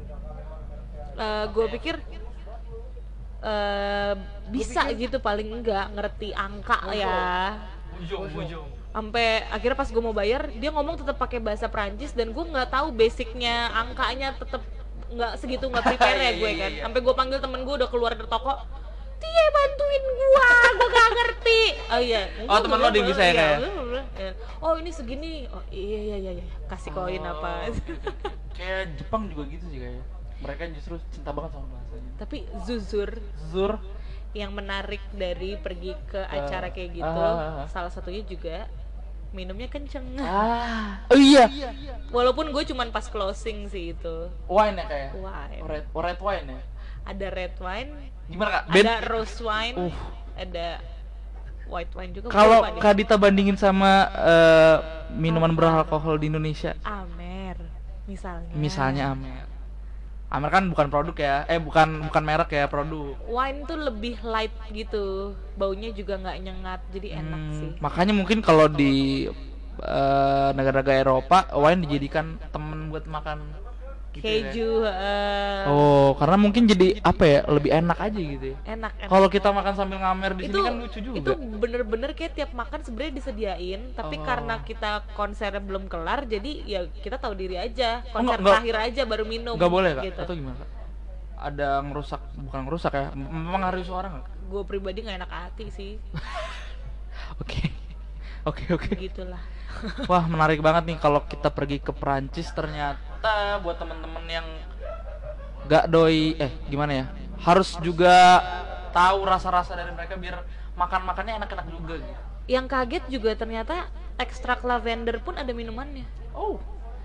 bisa gitu paling enggak ngerti angka ya. Ujung. Sampai akhirnya pas gue mau bayar dia ngomong tetap pakai bahasa Prancis, dan gue nggak tahu basicnya angkanya, tetap nggak segitu, nggak prepare ya gue kan. Sampai gue panggil temen gue udah keluar dari toko, Tia bantuin gue gak ngerti. Oh iya. Oh, temen lo dia bisa ya, kayak? oh ini segini, oh iya kasih koin apa. oke. Kayak Jepang juga gitu sih kayaknya. Mereka justru cinta banget sama bahasanya. Tapi jujur Zur, yang menarik dari pergi ke acara kayak gitu, salah satunya juga minumnya kenceng. oh iya, Walaupun gue cuman pas closing sih itu. wine ya kayak. Wine. Red wine ya. Ada red wine, Gimana kak? ada rose wine, Uh. ada white wine juga. Kalau Lupa deh. Kak Dita bandingin sama minuman beralkohol di Indonesia, Amer misalnya. misalnya Amer. Amer kan bukan produk ya, bukan merek ya, produk. Wine tuh lebih light gitu, baunya juga nggak nyengat, jadi enak sih. Makanya mungkin kalau di negara-negara Eropa, wine dijadikan temen buat makan. Gitu ya. Keju, Oh, karena mungkin jadi apa ya, lebih enak aja gitu ya. enak. Kalau kita makan sambil ngamer di itu sini kan lucu juga. itu bener-bener kayak tiap makan sebenarnya disediain, tapi karena kita konsernya belum kelar, jadi ya kita tahu diri aja, konser nggak- terakhir aja baru minum. Nggak boleh kak? Gitu. Atau gimana kak? Ada ngerusak, bukan ngerusak ya, mempengaruhi suara nggak? Gue pribadi nggak enak hati sih, Oke, oke. gitulah. Wah, menarik banget nih kalau kita pergi ke Perancis. Ternyata buat temen-temen yang gak doi, gimana ya, harus juga tahu rasa-rasa dari mereka biar makan-makannya enak-enak juga gitu. Yang kaget juga ternyata ekstrak lavender pun ada minumannya. Oh,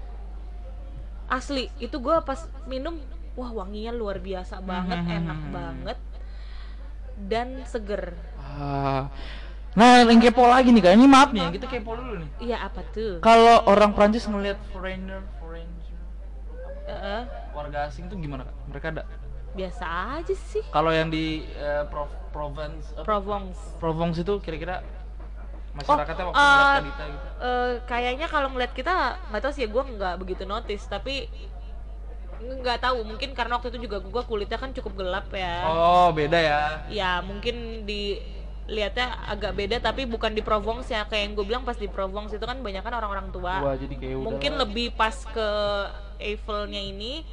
Asli, itu gue pas minum, wah wanginya luar biasa banget, enak banget dan seger. Nah, yang kepo lagi nih kak, ini maaf nih, kita kepo dulu nih. Iya, apa tuh? Kalau orang Prancis ngelihat foreigner, Heeh, warga asing tuh gimana kak? Mereka ada? biasa aja sih. Kalau yang di Provence itu kira-kira masyarakatnya waktu ngeliat Kak Dita gitu? Kayaknya kalau ngeliat kita nggak tahu sih ya, gue nggak begitu notice, tapi nggak tahu, mungkin karena waktu itu juga gue kulitnya kan cukup gelap ya. Oh, beda ya. Ya mungkin dilihatnya agak beda, tapi bukan di Provence ya, kayak yang gue bilang, pas di Provence itu kan banyak kan orang-orang tua. Wah, jadi kayak udah. Mungkin lebih pas ke Eiffelnya ini,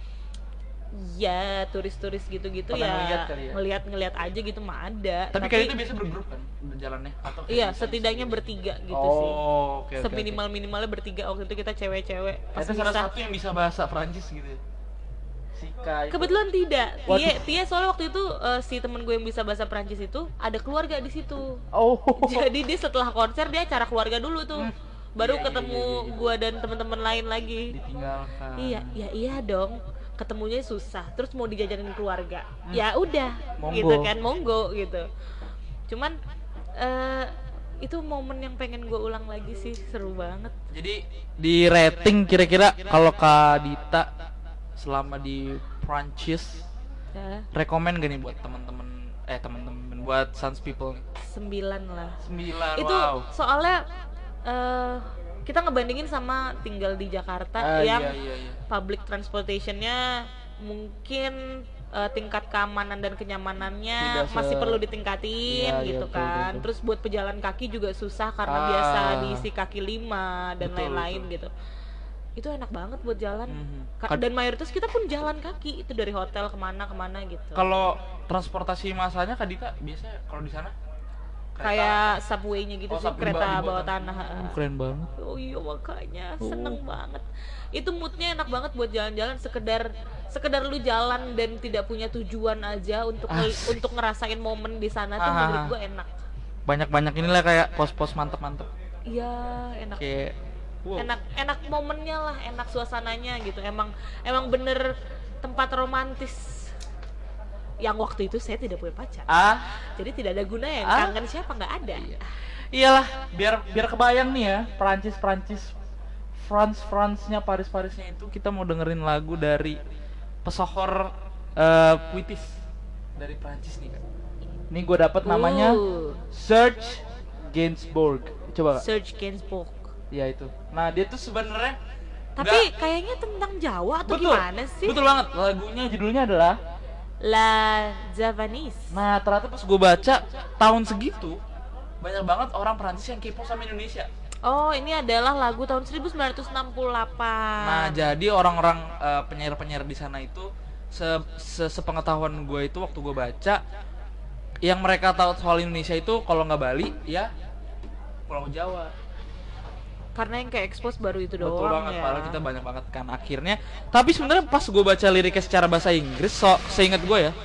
ya turis-turis gitu-gitu Pada ya, ngeliat kali ya? ngeliat-ngeliat aja gitu mah ada. Tapi kayak itu biasa bergrup kan jalannya atau kayak Iya, bisa setidaknya sendiri? bertiga gitu sih. Oh, oke. Seminimal-minimalnya bertiga. Waktu itu kita cewek-cewek. Pas Itu salah misah. satu yang bisa bahasa Prancis gitu. Si Kai. Kebetulan tidak. Waduh. Tia soalnya waktu itu si temen gue yang bisa bahasa Prancis itu ada keluarga di situ. Oh. Jadi dia setelah konser dia acara keluarga dulu tuh. Baru Iya, ketemu iya. gue dan teman-teman lain lagi. Ditinggalkan. Iya dong. Ketemunya susah. Terus mau dijajanin keluarga. Ya udah, Monggo. gitu kan, monggo gitu. Cuman itu momen yang pengen gue ulang lagi sih, seru banget. Jadi di rating kira-kira kalau Kak Dita selama di Prancis Ya, rekomen gak nih buat teman-teman buat Sans People nih? 9 lah. 9. Itu Wow. soalnya kita ngebandingin sama tinggal di Jakarta yang Iya. public transportationnya mungkin tingkat keamanan dan kenyamanannya Tidak masih perlu ditingkatin Iya, gitu betul, kan. betul. Terus buat pejalan kaki juga susah karena Ah. biasa diisi kaki 5 dan Betul, lain-lain betul. gitu. Itu enak banget buat jalan. Mhm. Dan mayoritas kita pun jalan kaki itu dari hotel kemana gitu. Kalau transportasi massanya Kak Dita biasanya kalau di sana? Kayak subway-nya gitu Oh, sih, di kereta bawah bawah tanah. Keren banget. Oh iya, makanya seneng banget. Itu moodnya enak banget buat jalan-jalan, sekedar lu jalan dan tidak punya tujuan aja untuk untuk ngerasain momen di sana tuh Ah. menurut gua enak. Banyak-banyak inilah kayak pos-pos mantep-mantep. Iya, enak. Kayak wow. Enak momennya lah, enak suasananya gitu. Emang bener tempat romantis. Yang waktu itu saya tidak punya pacar. Jadi tidak ada gunanya, kangen siapa, nggak ada. Iyalah, biar kebayang nih ya, France-nya, Paris-nya itu kita mau dengerin lagu dari pesohor puitis dari Prancis nih Kak. Ini gue dapet namanya Serge Gainsbourg. Coba Kak. Serge Gainsbourg. Ya itu. Nah, dia tuh sebenarnya Tapi kayaknya tentang Jawa atau betul, gimana sih? betul banget. Lagunya judulnya adalah La Javanese. Nah, ternyata pas gue baca tahun segitu banyak banget orang Prancis yang kepo sama Indonesia. Oh, ini adalah lagu tahun 1968. Nah, jadi orang-orang penyair-penyair di sana itu sepengetahuan gue itu waktu gue baca, yang mereka tahu soal Indonesia itu kalau nggak Bali ya Pulau Jawa. karena yang kayak expose baru itu Betul doang banget, ya. padahal kita banyak banget kan akhirnya. Tapi sebenarnya pas gue baca liriknya secara bahasa Inggris, seingat gue ya.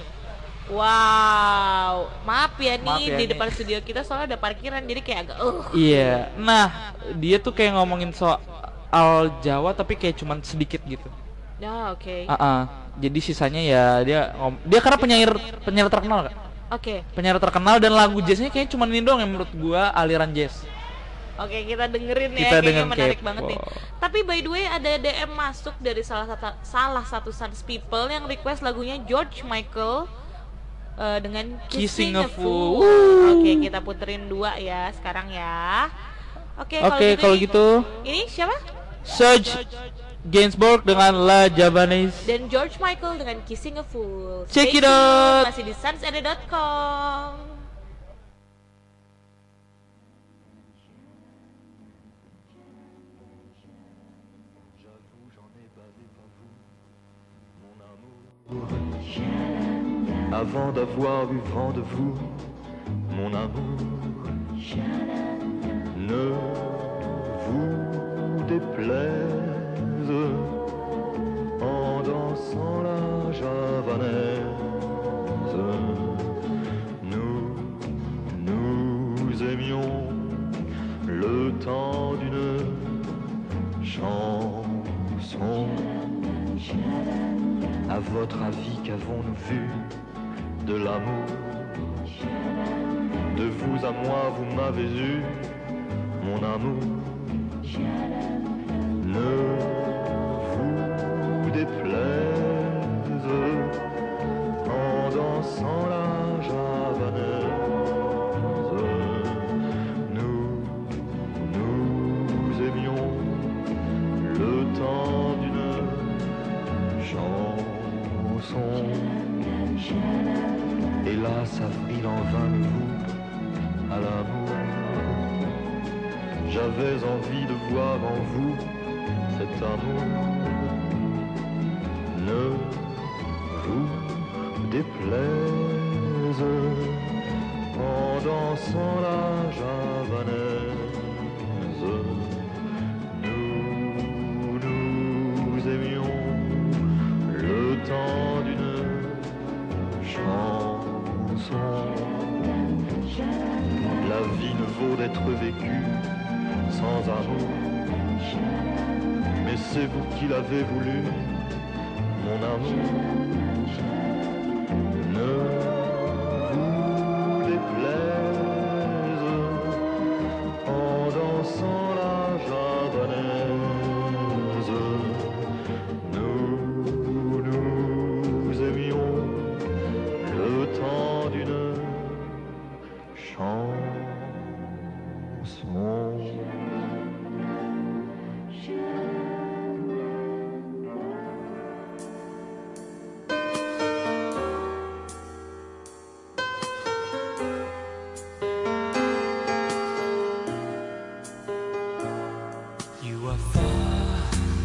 Wow, maaf ya nih Maaf ya di nih. depan studio kita soalnya ada parkiran jadi kayak agak Iya. Nah, dia tuh kayak ngomongin soal Jawa tapi kayak cuman sedikit gitu. Ya, oke. Jadi sisanya ya dia karena penyair terkenal kan? Oke. Penyair terkenal dan lagu jazznya kayaknya cuma ini doang yang menurut gua aliran jazz. Oke, kita dengerin ya, Kita kayaknya dengerin menarik K-pop. banget nih. Tapi by the way ada DM masuk dari salah satu Suns People yang request lagunya George Michael dengan Kissing a Fool. Oke, kita puterin 2 ya sekarang ya. Oke, Kalau gitu ini siapa? Serge Gainsbourg dengan La Javanese. Dan George Michael dengan Kissing a Fool. Check Stay it tune, out. masih di sunsed.com. J'avoue, j'en ai bavé pas vous, mon amour. Avant d'avoir eu vent de vous, mon amour, ne vous déplaise en dansant la javanaise. Nous aimions le temps d'une chanson. À votre avis, qu'avons-nous vu de l'amour? De vous à moi, vous m'avez eu, mon amour. Ne vous déplaise en dansant la javanaise. Nous aimions le temps d'une chanson. Hélas, avril en vain me vous à l'amour. J'avais envie de voir en vous cet amour. Ne vous déplaise en dansant la javanaise. Nous aimions le temps d'une chanson. La vie ne vaut d'être vécue sans amour. Mais c'est vous qui l'avez voulu, mon amour. Ne vous déplaise en dansant la javanaise. Nous aimions le temps d'une chanson. You are far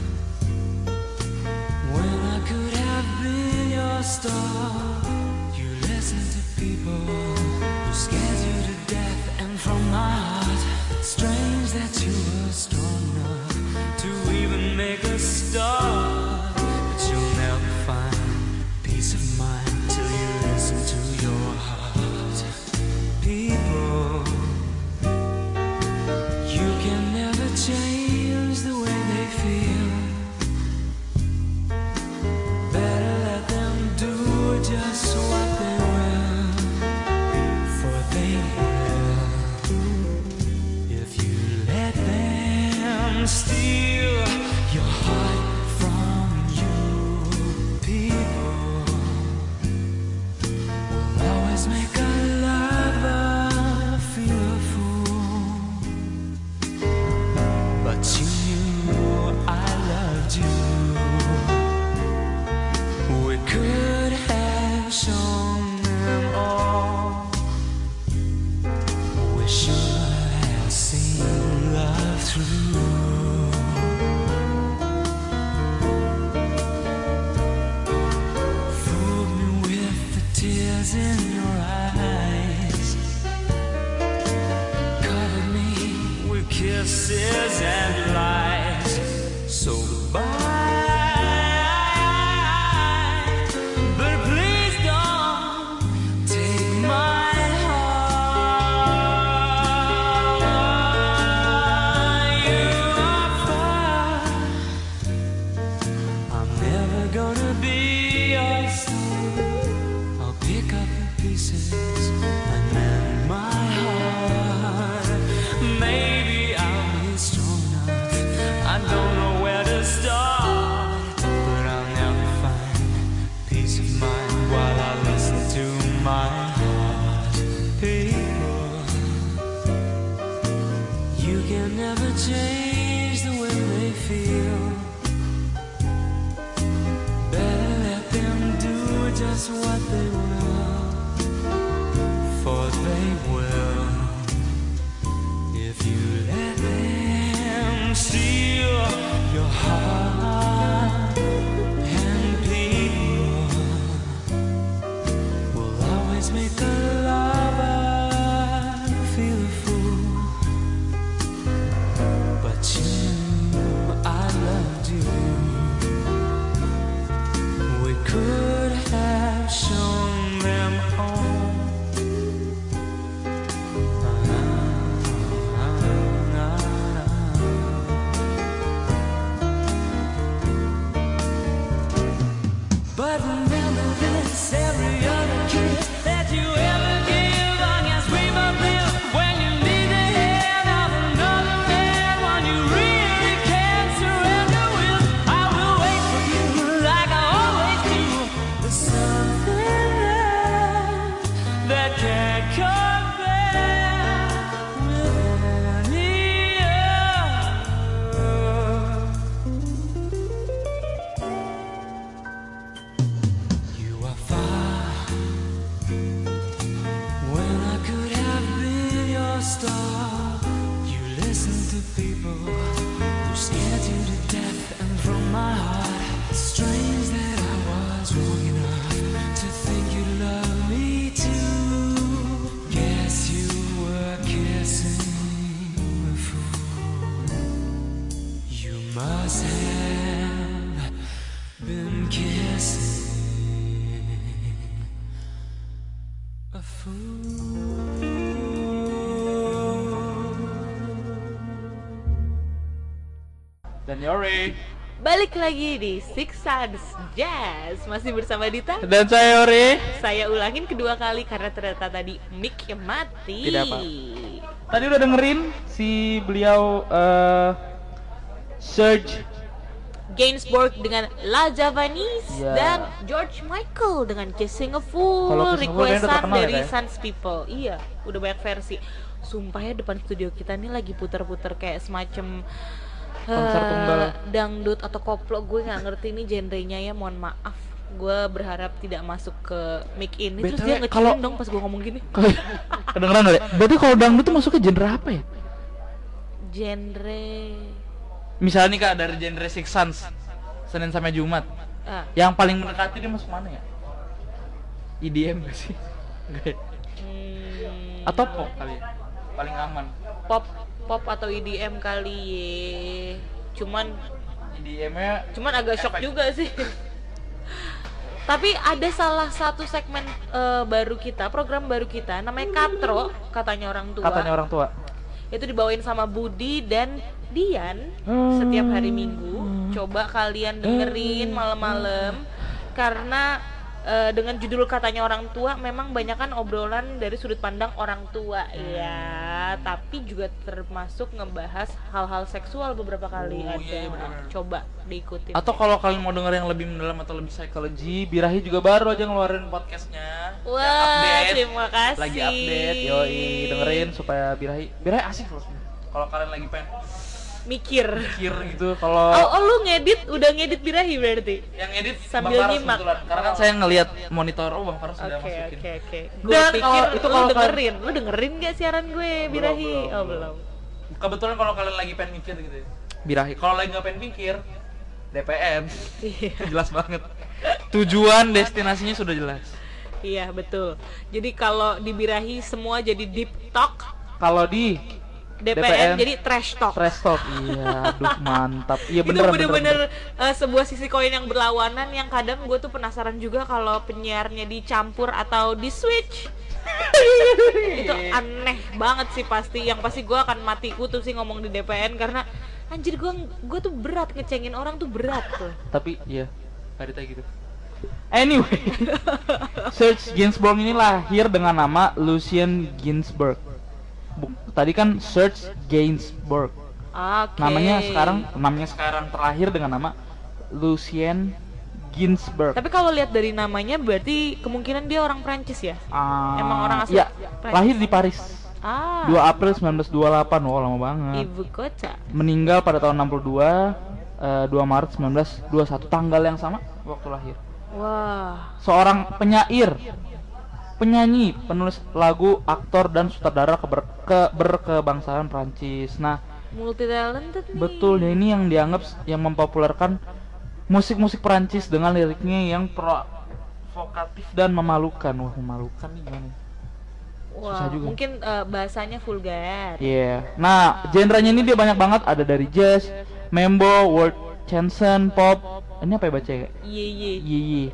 when I could have been your star. You listen to people who scares you to death, and from my heart, it's strange that you were strong enough to even make a start. But you'll never find peace of mind till you listen to your heart. People, you can never change the way they feel. Better let them do just what they will, for they will. If you let them steal your heart from you, people will always make a lover feel a fool. But you knew I loved you. We could have shown them all. We should have seen love through. Fooled me with the tears in your eyes. Covered me with kisses kisses and lies. So goodbye, but please don't take my heart. You are fine. I'm never gonna be your son. I'll pick up the pieces and mend my heart. Maybe I'll be strong enough. I don't know where to start, but I'll never find peace of mind while I listen to my heart. People, you can never change the way they feel. Better let them do just what they will, for they will if you let them steal your heart. And people will always make the lover feel a fool, but you knew I loved you. We could have shown them home. But remember this, every other kiss that you ever give, I can scream up this when you need the hand of another man, when you really can't surrender with. I will wait for you like I always do. There's something that can't compare with any other. You are far when I could have been your star. You listen to people who scared you to death, and from my heart, it's strange that I was wrong enough to think you love me too. Guess you were kissing a fool. You must have been kissing a fool. Dan Yori. Balik lagi di Six Sense Jazz, masih bersama Dita. Dan saya Yori. Saya ulangin kedua kali karena ternyata tadi mic-nya mati. Tidak apa. Tadi udah dengerin si beliau Serge Gainsbourg dengan La Javanese Ya. dan George Michael dengan Kissing a Fool, Kalau Kissing a Fool kayaknya udah requestan terkenal ya, dari Kak? Sans People. Iya, udah banyak versi. Sumpah ya, depan studio kita nih lagi puter-puter kayak semacam Konser tunggal. dangdut atau koplo. Gue nggak ngerti ini genrenya ya, mohon maaf. Gue berharap tidak masuk ke mic ini. Terus BTW, dia ngecilin kalau- dong pas gue ngomong gini. Kedengeran gak ya? Berarti kalau dangdut tuh masuknya genre apa ya? Genre Misalnya nih Kak, dari genre Six Sense, Senin sampai Jumat, yang paling mendekati dia masuk mana ya? EDM gak sih? Enggak ya? Atau pop kali ya? Paling aman. pop atau EDM kali ye. Cuman EDM-nya agak shock juga sih. Tapi ada salah satu segmen baru kita, program baru kita, namanya Katro, katanya orang tua. katanya orang tua. Itu dibawain sama Budi dan Dian setiap hari Minggu. Coba kalian dengerin malam-malam, karena dengan judul katanya orang tua, memang banyakan obrolan dari sudut pandang orang tua ya, tapi juga termasuk ngebahas hal-hal seksual beberapa kali. Oh, ada. iya, benar-benar. Coba diikutin. Atau kalau kalian mau denger yang lebih mendalam atau lebih psikologi, Birahi juga baru aja ngeluarin podcastnya. Wah, Yang update. terima kasih. Lagi update, yoi, dengerin supaya Birahi asik loh. Kalau kalian lagi pengen mikir gitu, kalau lu udah ngedit Birahi berarti yang edit sambil Bang Faras nyimak. kebetulan. Karena kan saya ngelihat monitor, Bang Faras sudah Oke. masukin. Gue Dan pikir kalau itu lu kalau dengerin gak siaran gue Birahi? Belum. Belum. Kebetulan kalau kalian lagi pengen mikir gitu ya, Birahi. Kalau lagi nggak pengen mikir, DPM. Iya. Jelas banget. Tujuan destinasinya sudah jelas. Iya betul. Jadi kalau di Birahi semua jadi deep talk. Kalau di DPN jadi trash talk. Trash talk, iya, aduh mantap. Iya Itu bener. bener-bener sebuah sisi koin yang berlawanan yang kadang gue tuh penasaran juga kalau penyiarnya dicampur atau di switch. Itu aneh banget sih pasti. Yang pasti gue akan mati kutu sih ngomong di DPN karena anjir gue tuh berat ngecengin orang tuh berat tuh. Tapi iya, ada gitu. Anyway, Serge Gainsbourg ini lahir dengan nama Lucien Ginsburg. Tadi kan Serge Gainsbourg. Oke. Namanya sekarang terlahir dengan nama Lucien Ginsburg. Tapi kalau lihat dari namanya berarti kemungkinan dia orang Prancis ya? Emang orang asli ya, Prancis? lahir di Paris. 2 April 1928, wow lama banget. Ibu kota. Meninggal pada tahun 62, 2 Maret 1921, tanggal yang sama waktu lahir. Wah. Seorang penyair, penyanyi, penulis lagu, aktor dan sutradara berkebangsaan Prancis. Nah, multi talented nih. betul, ya ini yang dianggap yang mempopulerkan musik-musik Prancis dengan liriknya yang provokatif dan memalukan. Wah, memalukan nih gimana? Wah, juga. mungkin bahasanya vulgar. Iya. Yeah. Nah, genrenya ini dia banyak banget, ada dari jazz, mambo, world chanson, pop. Ini apa ya baca ya? Ye.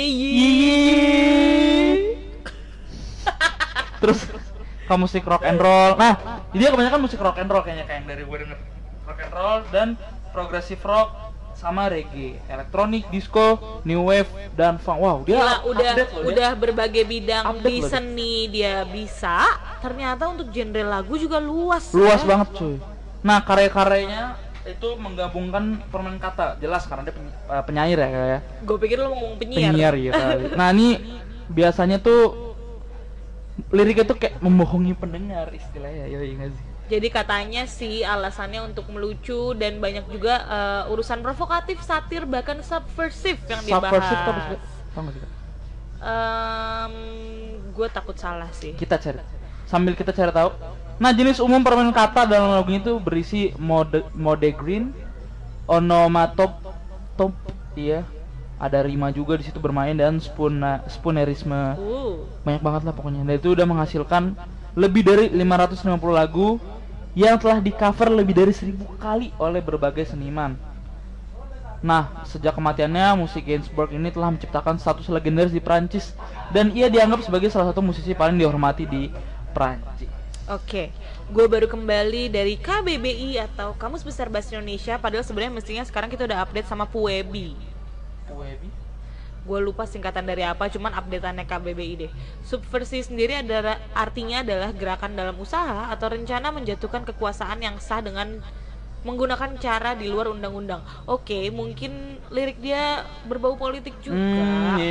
Terus ke musik rock and roll. Nah, dia kebanyakan musik rock and roll kayaknya kayak yang dari gue denger. Rock and roll dan progressive rock sama reggae, elektronik, disco, new wave dan funk. Wow, dia udah berbagai bidang di loh seni dia bisa. Ternyata untuk genre lagu juga luas. Luas banget, cuy. Nah, karya-karyanya itu menggabungkan permainan kata, jelas karena dia penyair ya kayak. Gue pikir lo ngomong penyiar. Penyiar ya kali. Nah, ini biasanya tuh liriknya tuh kayak membohongi pendengar istilahnya, yoi nggak sih? Jadi katanya sih alasannya untuk melucu dan banyak juga urusan provokatif, satir, bahkan subversif yang dibahas. Subversif tuh tau nggak sih? Gue takut salah sih. Kita cari, sambil kita cari tahu. Nah, jenis umum permainan kata dalam lagunya itu berisi mode green, onomatop, iya, ada rima juga di situ bermain dan spoonerisme. Banyak banget lah pokoknya. Dan itu udah menghasilkan lebih dari 550 lagu yang telah di-cover lebih dari 1000 kali oleh berbagai seniman. Nah, sejak kematiannya, musik Gainsbourg ini telah menciptakan status legendaris di Prancis dan ia dianggap sebagai salah satu musisi paling dihormati di Prancis. Oke, gue baru kembali dari KBBI atau Kamus Besar Bahasa Indonesia. Padahal sebenarnya mestinya sekarang kita udah update sama PUEBI. Gue lupa singkatan dari apa, cuman updateannya KBBI deh. Subversi sendiri artinya adalah gerakan dalam usaha atau rencana menjatuhkan kekuasaan yang sah dengan menggunakan cara di luar undang-undang. Oke, mungkin lirik dia berbau politik juga.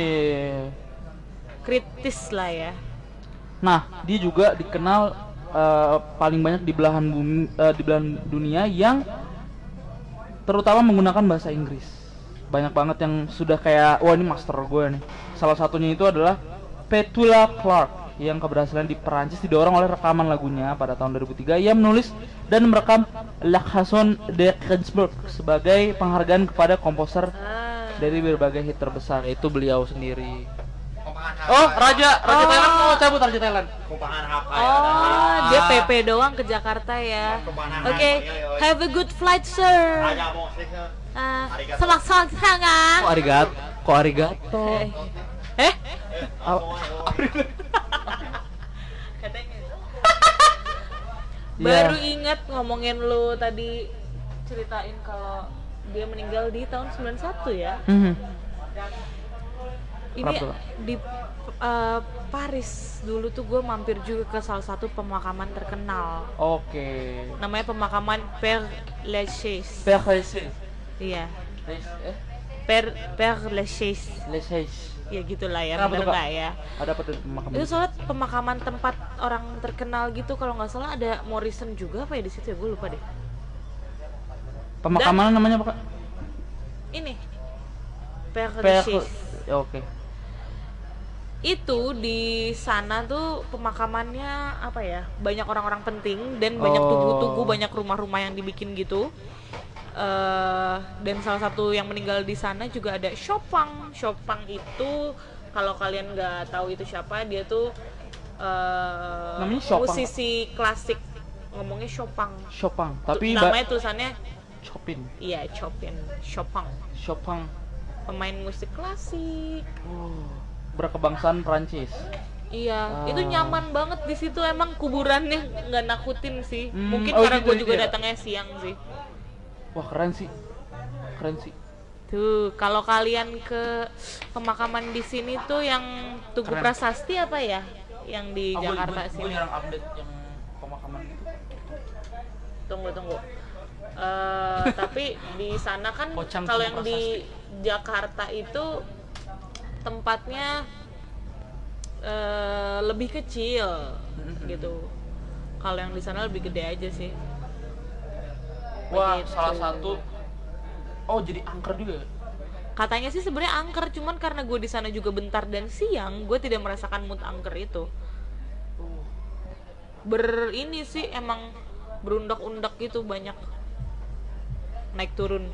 Kritis lah ya. Nah, dia juga dikenal paling banyak di belahan bumi, di belahan dunia yang terutama menggunakan bahasa Inggris. Banyak banget yang sudah kayak, wah ini master gue nih. Salah satunya itu adalah Petula Clark yang keberhasilan di Perancis didorong oleh rekaman lagunya pada tahun 2003. Ia menulis dan merekam La Chanson de Gainsbourg sebagai penghargaan kepada komposer dari berbagai hit terbesar, yaitu beliau sendiri. Oh, Raja Thailand mau cabut, Raja Thailand. Oh, dia PP doang ke Jakarta ya. Oke, have a good flight, sir. Selamat sangat. Kok arigato? Baru ingat ngomongin lu tadi ceritain kalau dia meninggal di tahun 91 ya. Ini di Paris dulu tuh gue mampir juga ke salah satu pemakaman terkenal. Oke. Namanya pemakaman Père Lachaise. Père Lachaise. Iya. Père Lachaise. Ya gitulah ya, bener nggak ya? Ada apa tuh pemakaman? Itu soalnya pemakaman tempat orang terkenal gitu, kalau nggak salah ada Morrison juga apa ya di situ ya, gue lupa deh. Pemakaman namanya apa, Kak? Ini Père Lachaise. Oke. Itu di sana tuh pemakamannya apa ya, banyak orang-orang penting dan banyak tugu-tugu, banyak rumah-rumah yang dibikin gitu. Dan salah satu yang meninggal di sana juga ada Chopin. Chopin itu kalau kalian nggak tahu itu siapa, dia tuh musisi klasik ngomongnya Chopin. Chopin. Tapi namanya tulisannya Chopin. iya Chopin, Chopin. Chopin. Pemain musik klasik. Oh, berkebangsaan Prancis. Iya, itu nyaman banget di situ, emang kuburannya nggak nakutin sih. Mungkin oh karena gitu, gue gitu juga ya? datangnya siang sih. Wah, keren sih. Keren sih. Tuh, kalau kalian ke pemakaman di sini tuh yang Tugu Keren. Prasasti apa ya? Yang di Jakarta Gue sini. jarang update yang pemakaman gitu. Tunggu. Tapi di sana kan Pocang kalau Tugu yang di Jakarta itu tempatnya lebih kecil gitu. Kalau yang di sana lebih gede aja sih. Wah, Begitu. salah satu. Oh, jadi angker juga. Katanya sih sebenarnya angker, cuman karena gue di sana juga bentar dan siang, gue tidak merasakan mood angker itu. Ini sih emang berundak-undak gitu, banyak naik turun.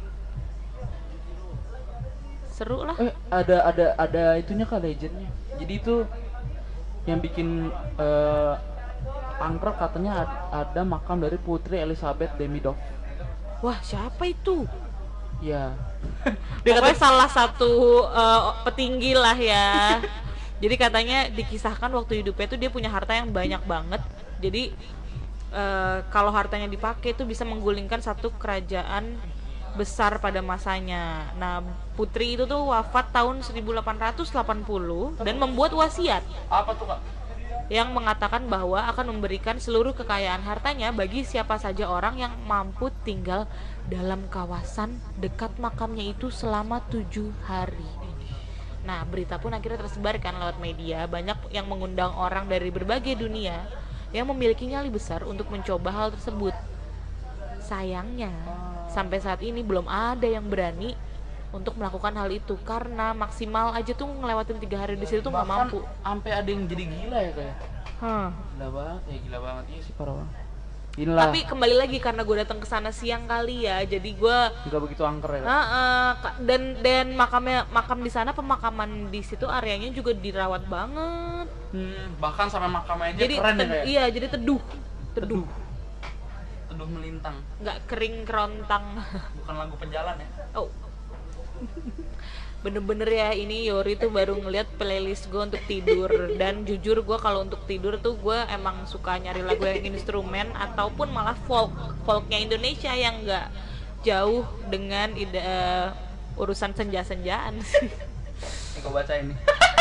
Seru lah. Ada itunya kah legendnya. Jadi itu yang bikin angker katanya ada makam dari Putri Elizabeth Demidov. Wah, siapa itu? Ya. Pokoknya salah satu petinggi lah ya. Jadi katanya dikisahkan waktu hidupnya itu dia punya harta yang banyak banget. Jadi kalau hartanya dipakai itu bisa menggulingkan satu kerajaan besar pada masanya. Nah, putri itu tuh wafat tahun 1880 dan membuat wasiat Apa tuh, Kak? yang mengatakan bahwa akan memberikan seluruh kekayaan hartanya bagi siapa saja orang yang mampu tinggal dalam kawasan dekat makamnya itu selama 7 hari. Nah, berita pun akhirnya tersebarkan lewat media. Banyak yang mengundang orang dari berbagai dunia yang memiliki nyali besar untuk mencoba hal tersebut. Sayangnya, sampai saat ini belum ada yang berani untuk melakukan hal itu karena maksimal aja tuh ngelewatin 3 hari di situ tuh nggak mampu. Sampai ada yang jadi gila ya kayak. Gila banget, gila banget. Iya sih, parah banget. Inilah. Tapi kembali lagi karena gue datang ke sana siang kali ya, jadi gue nggak begitu angker ya. dan makam di sana, pemakaman di situ areanya juga dirawat banget. Bahkan sampai makamnya aja Jadi keren ya kayak. iya, jadi teduh. Teduh melintang. Nggak kering kerontang. Bukan lagu penjalan ya. Oh. Bener-bener ya, ini Yori tuh baru ngeliat playlist gue untuk tidur. Dan jujur gue kalau untuk tidur tuh gue emang suka nyari lagu yang instrumen ataupun malah folknya Indonesia yang nggak jauh dengan urusan senja-senjaan sih. Ini gue baca ini.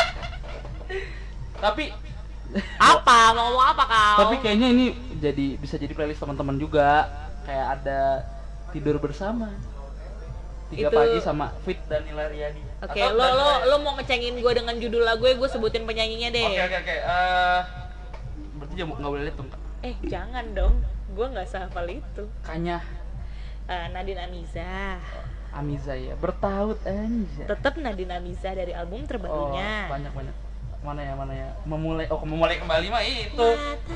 Tapi apa mau ngomong apa kau? Tapi kayaknya ini bisa jadi playlist teman-teman juga. Kayak ada tidur bersama 3 Itu- pagi sama Fit Danila Riyadi. Oke, Atau lo mau ngecengin gue dengan judul lagu gue sebutin penyanyinya deh. Oke. Berarti nggak boleh lihat dong, Kak. Jangan dong, gue nggak sehafal itu. Kanya Nadine Amiza. Amiza ya, bertaut aja. Tetap Nadine Amiza dari album terbarunya. Banyak. Mana ya? Memulai kembali mah itu.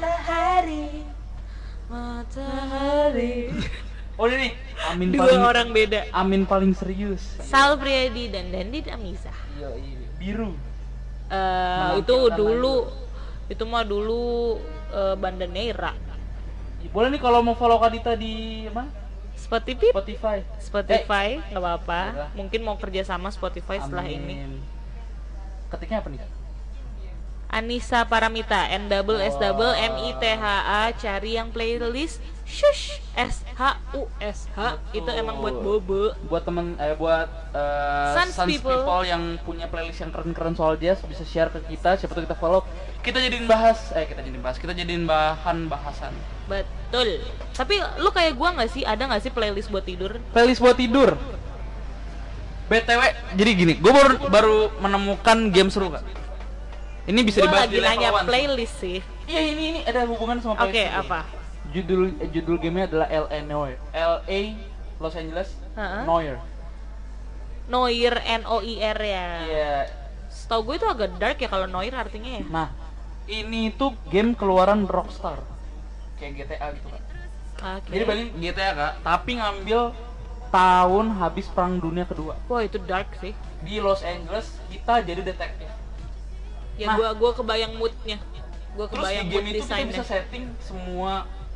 Matahari. Oh ini nih, Amin Dua paling orang beda. Amin paling serius. Sal Priadi dan Nadine Amiza. Iya, biru. Itu mah dulu Bandanera. Boleh nih kalau mau follow Kadita di mana? Spotify nggak apa-apa. Boleh. Mungkin mau kerja sama Spotify setelah Amin. ini. Ketiknya apa nih, Kak? Anissa Paramita, NSSMITHA, cari yang playlist Shush SHUSH. Itu emang buat bobo. Buat Sans Sans people. people yang punya playlist yang keren-keren soal jazz bisa share ke kita, siapa tahu kita follow. Kita jadiin bahan bahasan. Betul. Tapi lu kayak gua nggak sih, ada nggak sih playlist buat tidur? Playlist buat tidur. BTW, jadi gini, gue baru menemukan game seru, Kak. Ini bisa Gua dibahas lagi di level nanya 1. playlist sih. Iya, ini ada hubungan sama Oke, playlist. apa? Judul gamenya adalah LA Noir. LA Los Angeles Noir. Noir NOIR ya. Iya. Setahu gue itu agak dark ya kalau Noir artinya ya. Nah, ini tuh game keluaran Rockstar. Kayak GTA gitu, Kak. Oke. Jadi balik GTA, Kak, tapi ngambil tahun habis Perang Dunia Kedua. Wah, itu dark sih. Di Los Angeles kita jadi detektif. Ya Nah. gua kebayang moodnya. Gua Terus kebayang di mood game itu kita desainnya. bisa setting semua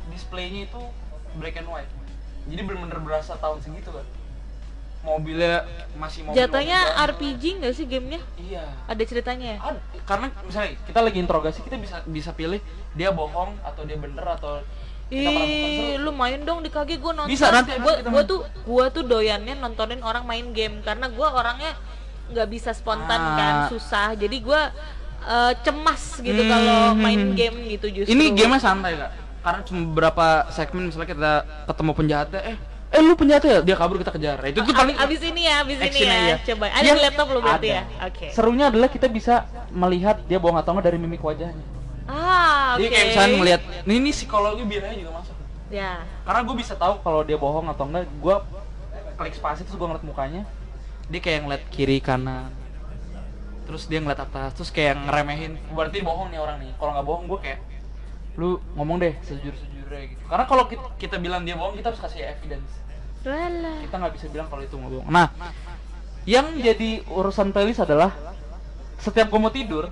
displaynya itu black and white. Jadi bener-bener berasa tahun segitu kan. Mobilnya masih mobil. Jatuhnya RPG nggak sih gamenya? Iya. Ada ceritanya ya? Karena misalnya kita lagi interogasi, kita bisa pilih dia bohong atau dia bener atau kita meragukan. Ih, lu main dong di KG, gua nonton. Bisa, nanti kita main. Gua tuh doyannya nontonin orang main game karena gua orangnya nggak bisa spontan kan, susah. Jadi gua cemas gitu kalau main game gitu justru. Ini gamenya santai kak, karena cuma beberapa segmen misalnya kita ketemu penjahatnya, lu penjahatnya ya, dia kabur kita kejar. Itu tuh paling abis ini ya. iya. Coba ada di laptop lu berarti ya. Oke. Serunya adalah kita bisa melihat dia bohong atau enggak dari mimik wajahnya. Oke. Jadi kayak misalnya ngelihat, ini psikologi biasanya juga masuk. Ya. Karena gue bisa tahu kalau dia bohong atau enggak, gue klik spasi terus gue ngeliat mukanya, dia kayak ngeliat kiri kanan, terus dia ngeliat atas, terus kayak ngeremehin, berarti bohong nih orang nih. Kalau nggak bohong gue kayak, lu ngomong deh sejujur-sejujurnya gitu. Karena kalau kita bilang dia bohong, kita harus kasih evidence. Kita nggak bisa bilang kalau itu nggak bohong. Nah, yang jadi urusan playlist adalah setiap gue mau tidur,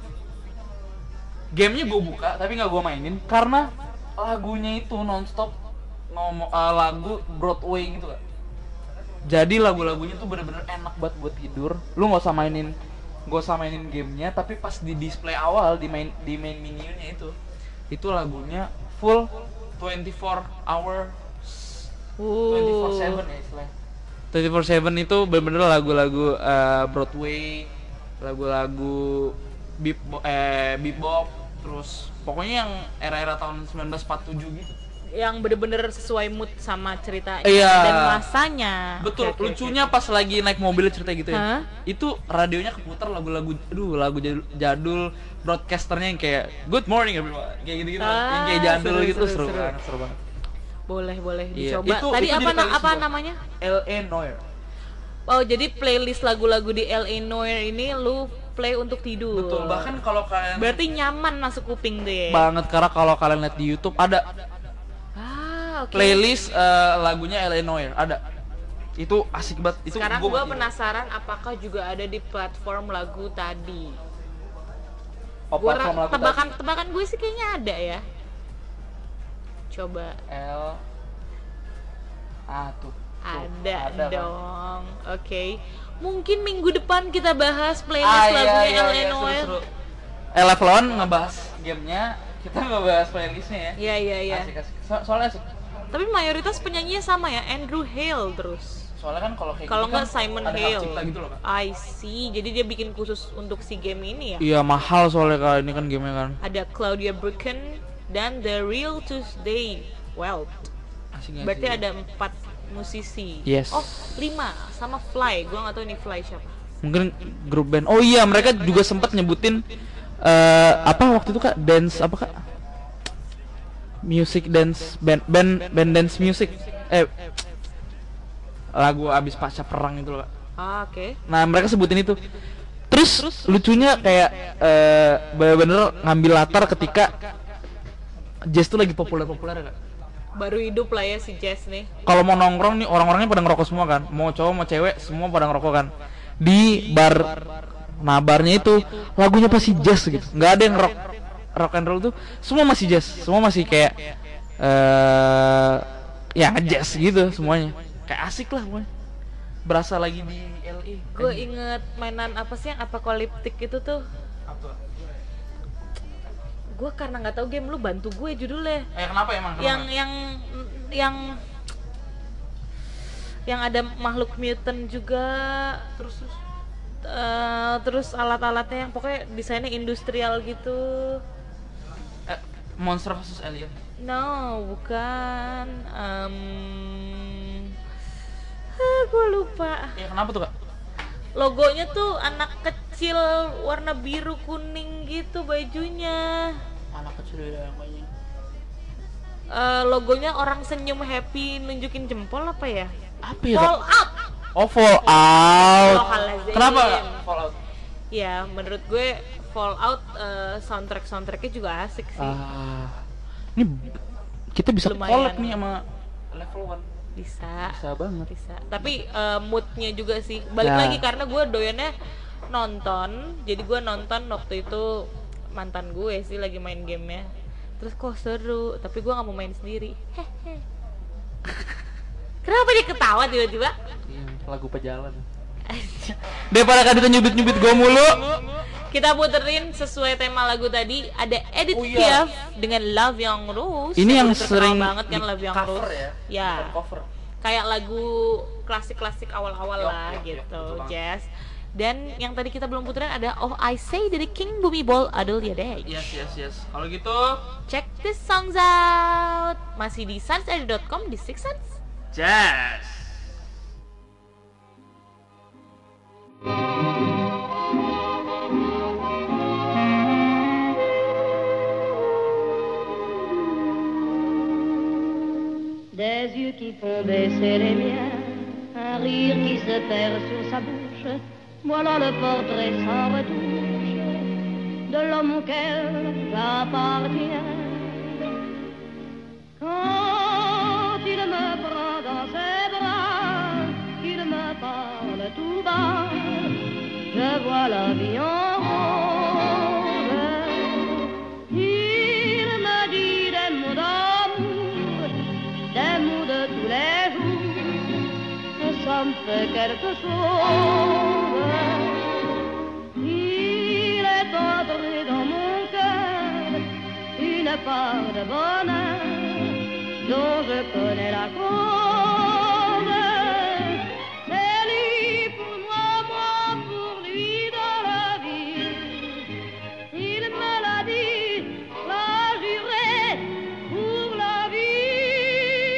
gamenya gue buka tapi nggak gue mainin karena lagunya itu nonstop lagu Broadway gitu kan. Jadi lagu-lagunya tuh bener-bener enak banget buat tidur. Lu nggak usah mainin gamenya, tapi pas di display awal di main menunya itu lagunya full 24 hour 24/7 ya istilahnya. 24/7 itu bener-bener lagu-lagu Broadway, lagu-lagu bebop, terus pokoknya yang era-era tahun 1947 gitu. Yang bener-bener sesuai mood sama ceritanya dan masanya. Betul, lucunya pas lagi naik mobil cerita gitu ya. Itu radionya keputar lagu-lagu jadul broadcasternya yang kayak Good Morning Everyone, kayak gitu-gitu. Yang kayak jadul gitu seru banget. Boleh Iya. dicoba. Tadi apa namanya? L.A. Noir. Oh, jadi playlist lagu-lagu di L.A. Noir ini lu play untuk tidur. Betul, bahkan kalau kalian berarti nyaman masuk kuping deh. Banget, karena kalau kalian lihat di YouTube ada playlist lagunya L.A. Noir, ada. Itu asik banget. Itu sekarang gua penasaran apakah juga ada di platform lagu tadi. Tebakan gue sih kayaknya ada ya. Coba tuh. Ada dong. Kan? Oke. Mungkin minggu depan kita bahas playlist lagunya L.A. Noir. Eleflon ngebahas gamenya, kita ngebahas playlistnya ya. Iya. Asik. Soalnya asik. Tapi mayoritas penyanyinya sama ya, Andrew Hale terus. Soalnya kan kalau nggak Simon Hale. Gitu loh, I see. Jadi dia bikin khusus untuk si game ini ya. Iya, mahal soalnya kalau ini kan gamenya kan. Ada Claudia Brucken dan The Real Tuesday Welt. Berarti ada 4 musisi. Yes. Oh, 5 sama Fly. Gua nggak tahu ini Fly siapa. Mungkin grup band. Oh iya, mereka juga sempat nyebutin apa waktu itu Kak? Dance apa Kak? Music dance band dance music. Lagu abis pasca perang itu loh Kak. Oke. Nah, mereka sebutin itu. Terus lucunya kayak bener-bener ngambil latar ketika jazz tuh lagi populer-populer Kak. Baru hidup lah ya si jazz nih. Kalau mau nongkrong nih orang-orangnya pada ngerokok semua kan. Mau cowok mau cewek semua pada ngerokok kan. Di bar. Nah, barnya itu lagunya pasti jazz gitu. Enggak ada yang rock and roll tuh. Semua masih jazz. Semua masih kayak ya jazz gitu semuanya. Kayak asik lah semuanya. Berasa lagi di LA. Gue inget mainan apa sih yang apokaliptik itu tuh. Apa? Gue karena nggak tahu game, lu bantu gue judulnya. Kenapa emang? Yang ada makhluk mutant juga. Terus alat-alatnya yang pokoknya desainnya industrial gitu. Monster vs Alien. No, bukan. Gue lupa. Kenapa tuh Kak? Logonya tuh anak kecil warna biru kuning gitu bajunya. Anak kecil yang banyak. Logonya orang senyum happy nunjukin jempol apa ya? Apa ya? Fallout. Oh, Fallout. Kenapa Fallout? Ya, menurut gue Fallout soundtracknya juga asik sih. Ini kita bisa collab nih sama Level 1. Bisa banget. Bisa. Tapi moodnya juga sih. Balik lagi karena gue doyannya nonton. Jadi gue nonton waktu itu mantan gue sih lagi main gamenya. Terus kok seru, tapi gue nggak mau main sendiri. Hehe. Kenapa dia ketawa tiba-tiba? Iya, lagu pejalan. Daripada kan kita nyubit-nyubit gue mulu. Kita puterin sesuai tema lagu tadi. Ada Edith Oh, iya. Piaf dengan Love Young Rose. Ini yang terkenal sering banget kan di Love Young cover Rose. ya. Ya. Bukan cover. Kayak lagu klasik-klasik awal-awal lah Yok, gitu, betul banget. jazz. Dan yang tadi kita belum puterin ada Oh I Say dari King Bumi Bol Adulia Day. Yes. Kalau gitu, Check this songs out. Masih di sunsed.com di Six Sense. jazz. Des yeux qui font baisser les miens, un rire qui se perd sur sa bouche. Voilà le portrait sans retouche de l'homme auquel j'appartiens. Quand il me prend dans ses bras, qu'il me parle tout bas, je vois la vie en rose. Il me dit des mots d'amour, des mots de tous les jours, et ça me fait quelque chose. Il est entré dans mon cœur une part de bonheur dont je connais la cause. C'est lui pour moi, moi pour lui dans la vie. Il me l'a dit, l'a juré pour la vie.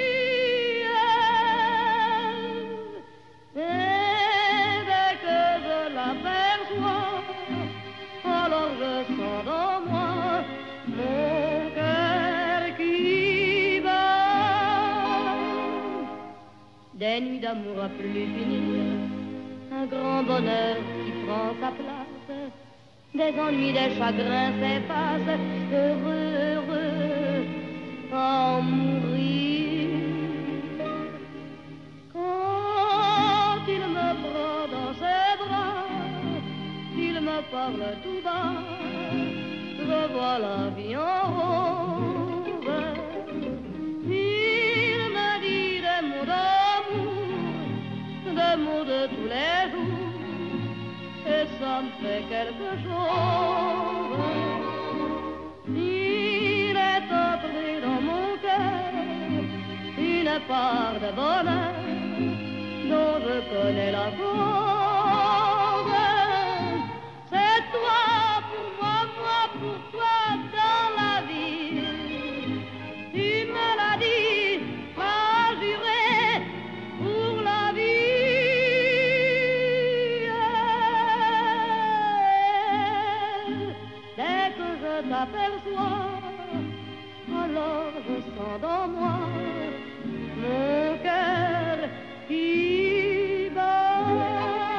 Et dès que je l'aperçois, alors je sens dans moi mon cœur qui bat. Des nuits d'amour à plus finir, un grand bonheur qui prend sa place, des ennuis, des chagrins s'effacent, heureux, heureux, à en mourir. Quand il me prend dans ses bras, il me parle tout bas, je vois la vie en rose. Il me dit des mots d'amour, des mots de tous les jours, et ça me fait quelque chose. Il est entré dans mon cœur une part de bonheur dont je connais la cause. C'est toi pour moi, moi pour toi dans la vie. Tu me l'as dit, m'as juré pour la vie. Dès que je t'aperçois, alors je sens dans moi mon cœur qui bat.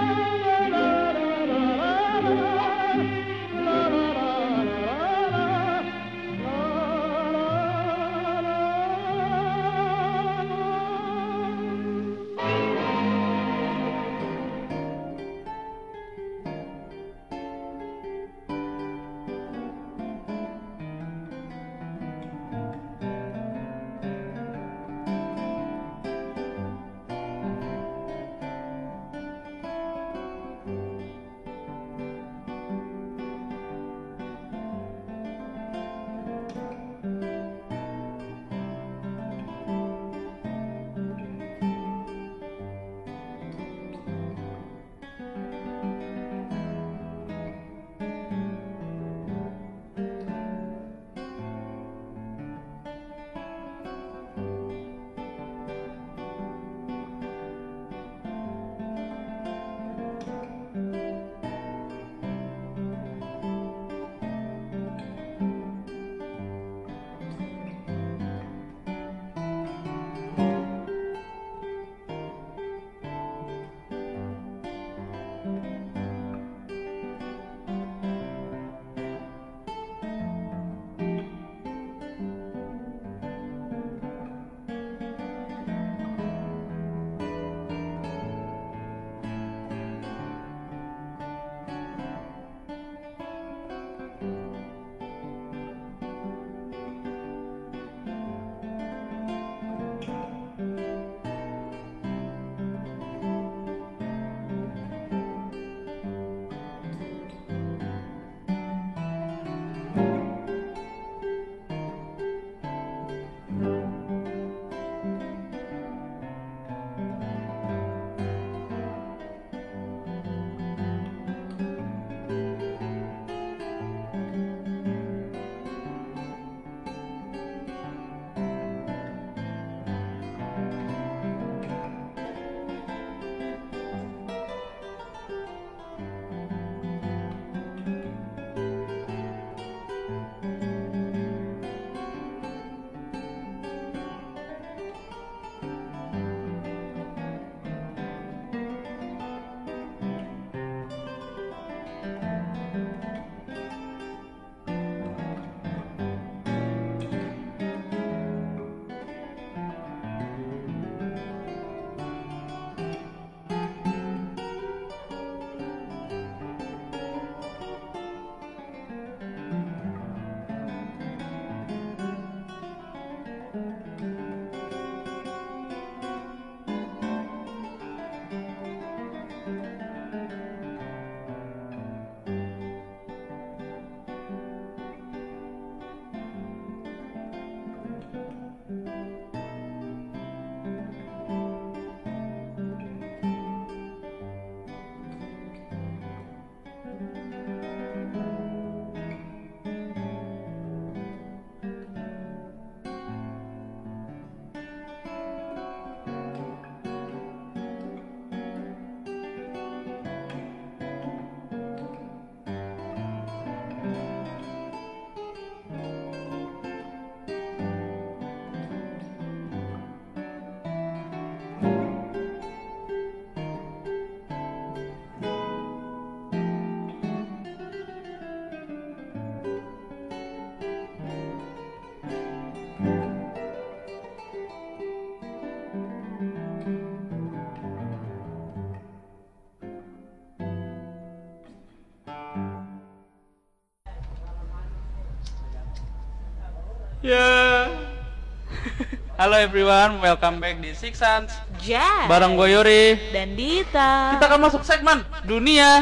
Ya. Halo everyone, welcome back di Six Sense. Jazz Bareng gue Yuri. dan Dita. Kita akan masuk segmen Dunia.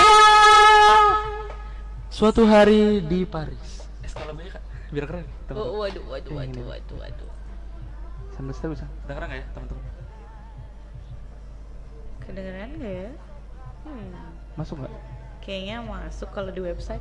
Suatu hari di Paris. Skala B, Kak. Biar keren. Waduh. Sambil setel bisa. Dengeran enggak ya, teman-teman? Kedengeran nggak ya? Masuk enggak? Kayaknya masuk kalau di website.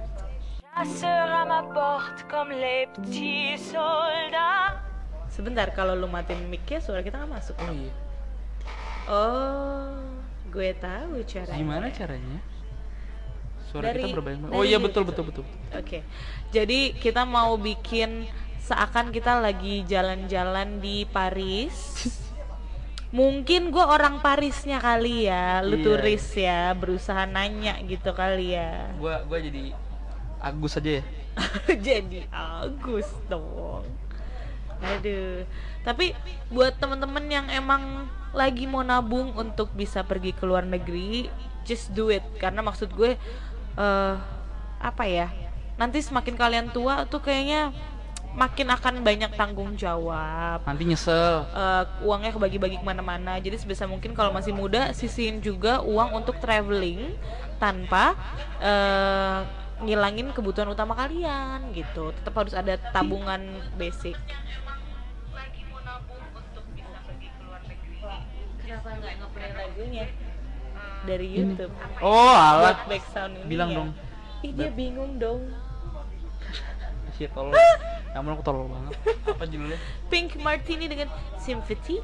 Sebentar, kalau lu matiin mic-nya suara kita nggak masuk. Oh iya. Oh, gue tahu caranya. Gimana caranya? Suara Dari- kita berbayang. dari Oh iya, YouTube. betul. Oke, jadi kita mau bikin seakan kita lagi jalan-jalan di Paris. Mungkin gue orang Parisnya kali ya, lu Iya. turis ya, berusaha nanya gitu kali ya. Gua jadi Agus aja ya. Jadi Agus dong. Aduh. Tapi buat temen-temen yang emang lagi mau nabung untuk bisa pergi ke luar negeri, just do it. Karena maksud gue apa ya? Nanti semakin kalian tua tuh kayaknya makin akan banyak tanggung jawab. Nanti nyesel. Uangnya kebagi-bagi kemana-mana. Jadi sebisa mungkin kalau masih muda sisihin juga uang untuk traveling tanpa ngilangin kebutuhan utama kalian gitu. Tetap harus ada tabungan basic. Lagi mau nabung untuk bisa pergi ke luar negeri. Kenapa nggak ngeplay lagunya dari YouTube? Oh, alat. Buat background ini Bilang ya. dong. Ih, dia bingung dong. Shit, tolol. Namun aku tolol banget. Apa judulnya? Pink Martini dengan Sympathic.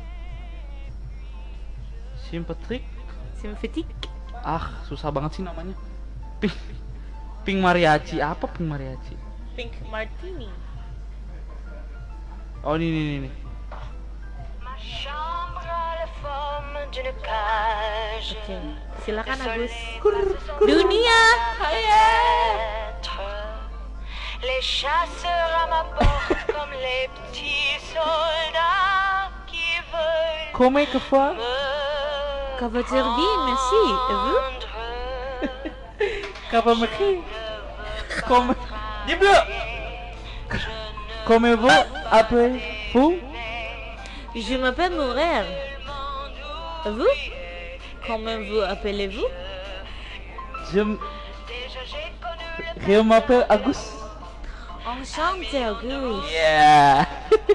Sympathic. Ah, susah banget sih namanya. Pink Mariachi. Apa Pink Mariachi? Pink Martini. Oh, ini. Oke, silakan Agus. Dunia. Les chasseurs à ma porte comme les petits soldats qui veulent Comment que fois? Que votre vie, merci. Et vous? Comment me Comment Dis bleu. Comment vous appelez vous? Je m'appelle Mourer. Et vous? Comment vous appelez-vous? Je m'appelle Agus. Enchanté, Agus. Yeah.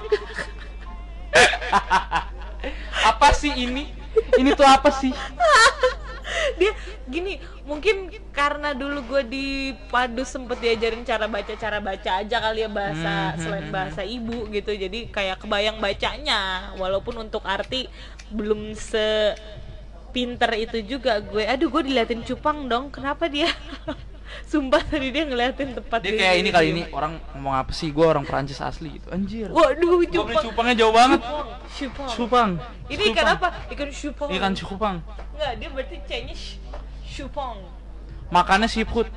Apa sih ini? Ini tuh apa sih? Dia gini, mungkin karena dulu gue di Padus sempet diajarin cara baca aja kali ya, bahasa selain bahasa ibu gitu. Jadi kayak kebayang bacanya, walaupun untuk arti belum sepinter itu juga gue. Aduh, gue diliatin cupang dong. Kenapa dia? Sumpah tadi dia ngeliatin tepat. Dia kayak ini kali ini orang ngomong apa sih? Gue orang Perancis asli gitu. Anjir. Waduh, Gua beli cupangnya jauh banget. Cupang. Ini ikan apa? Ikan cupang. Ikan cupang. Enggak, dia berarti C-nya cupang. Makannya seafood.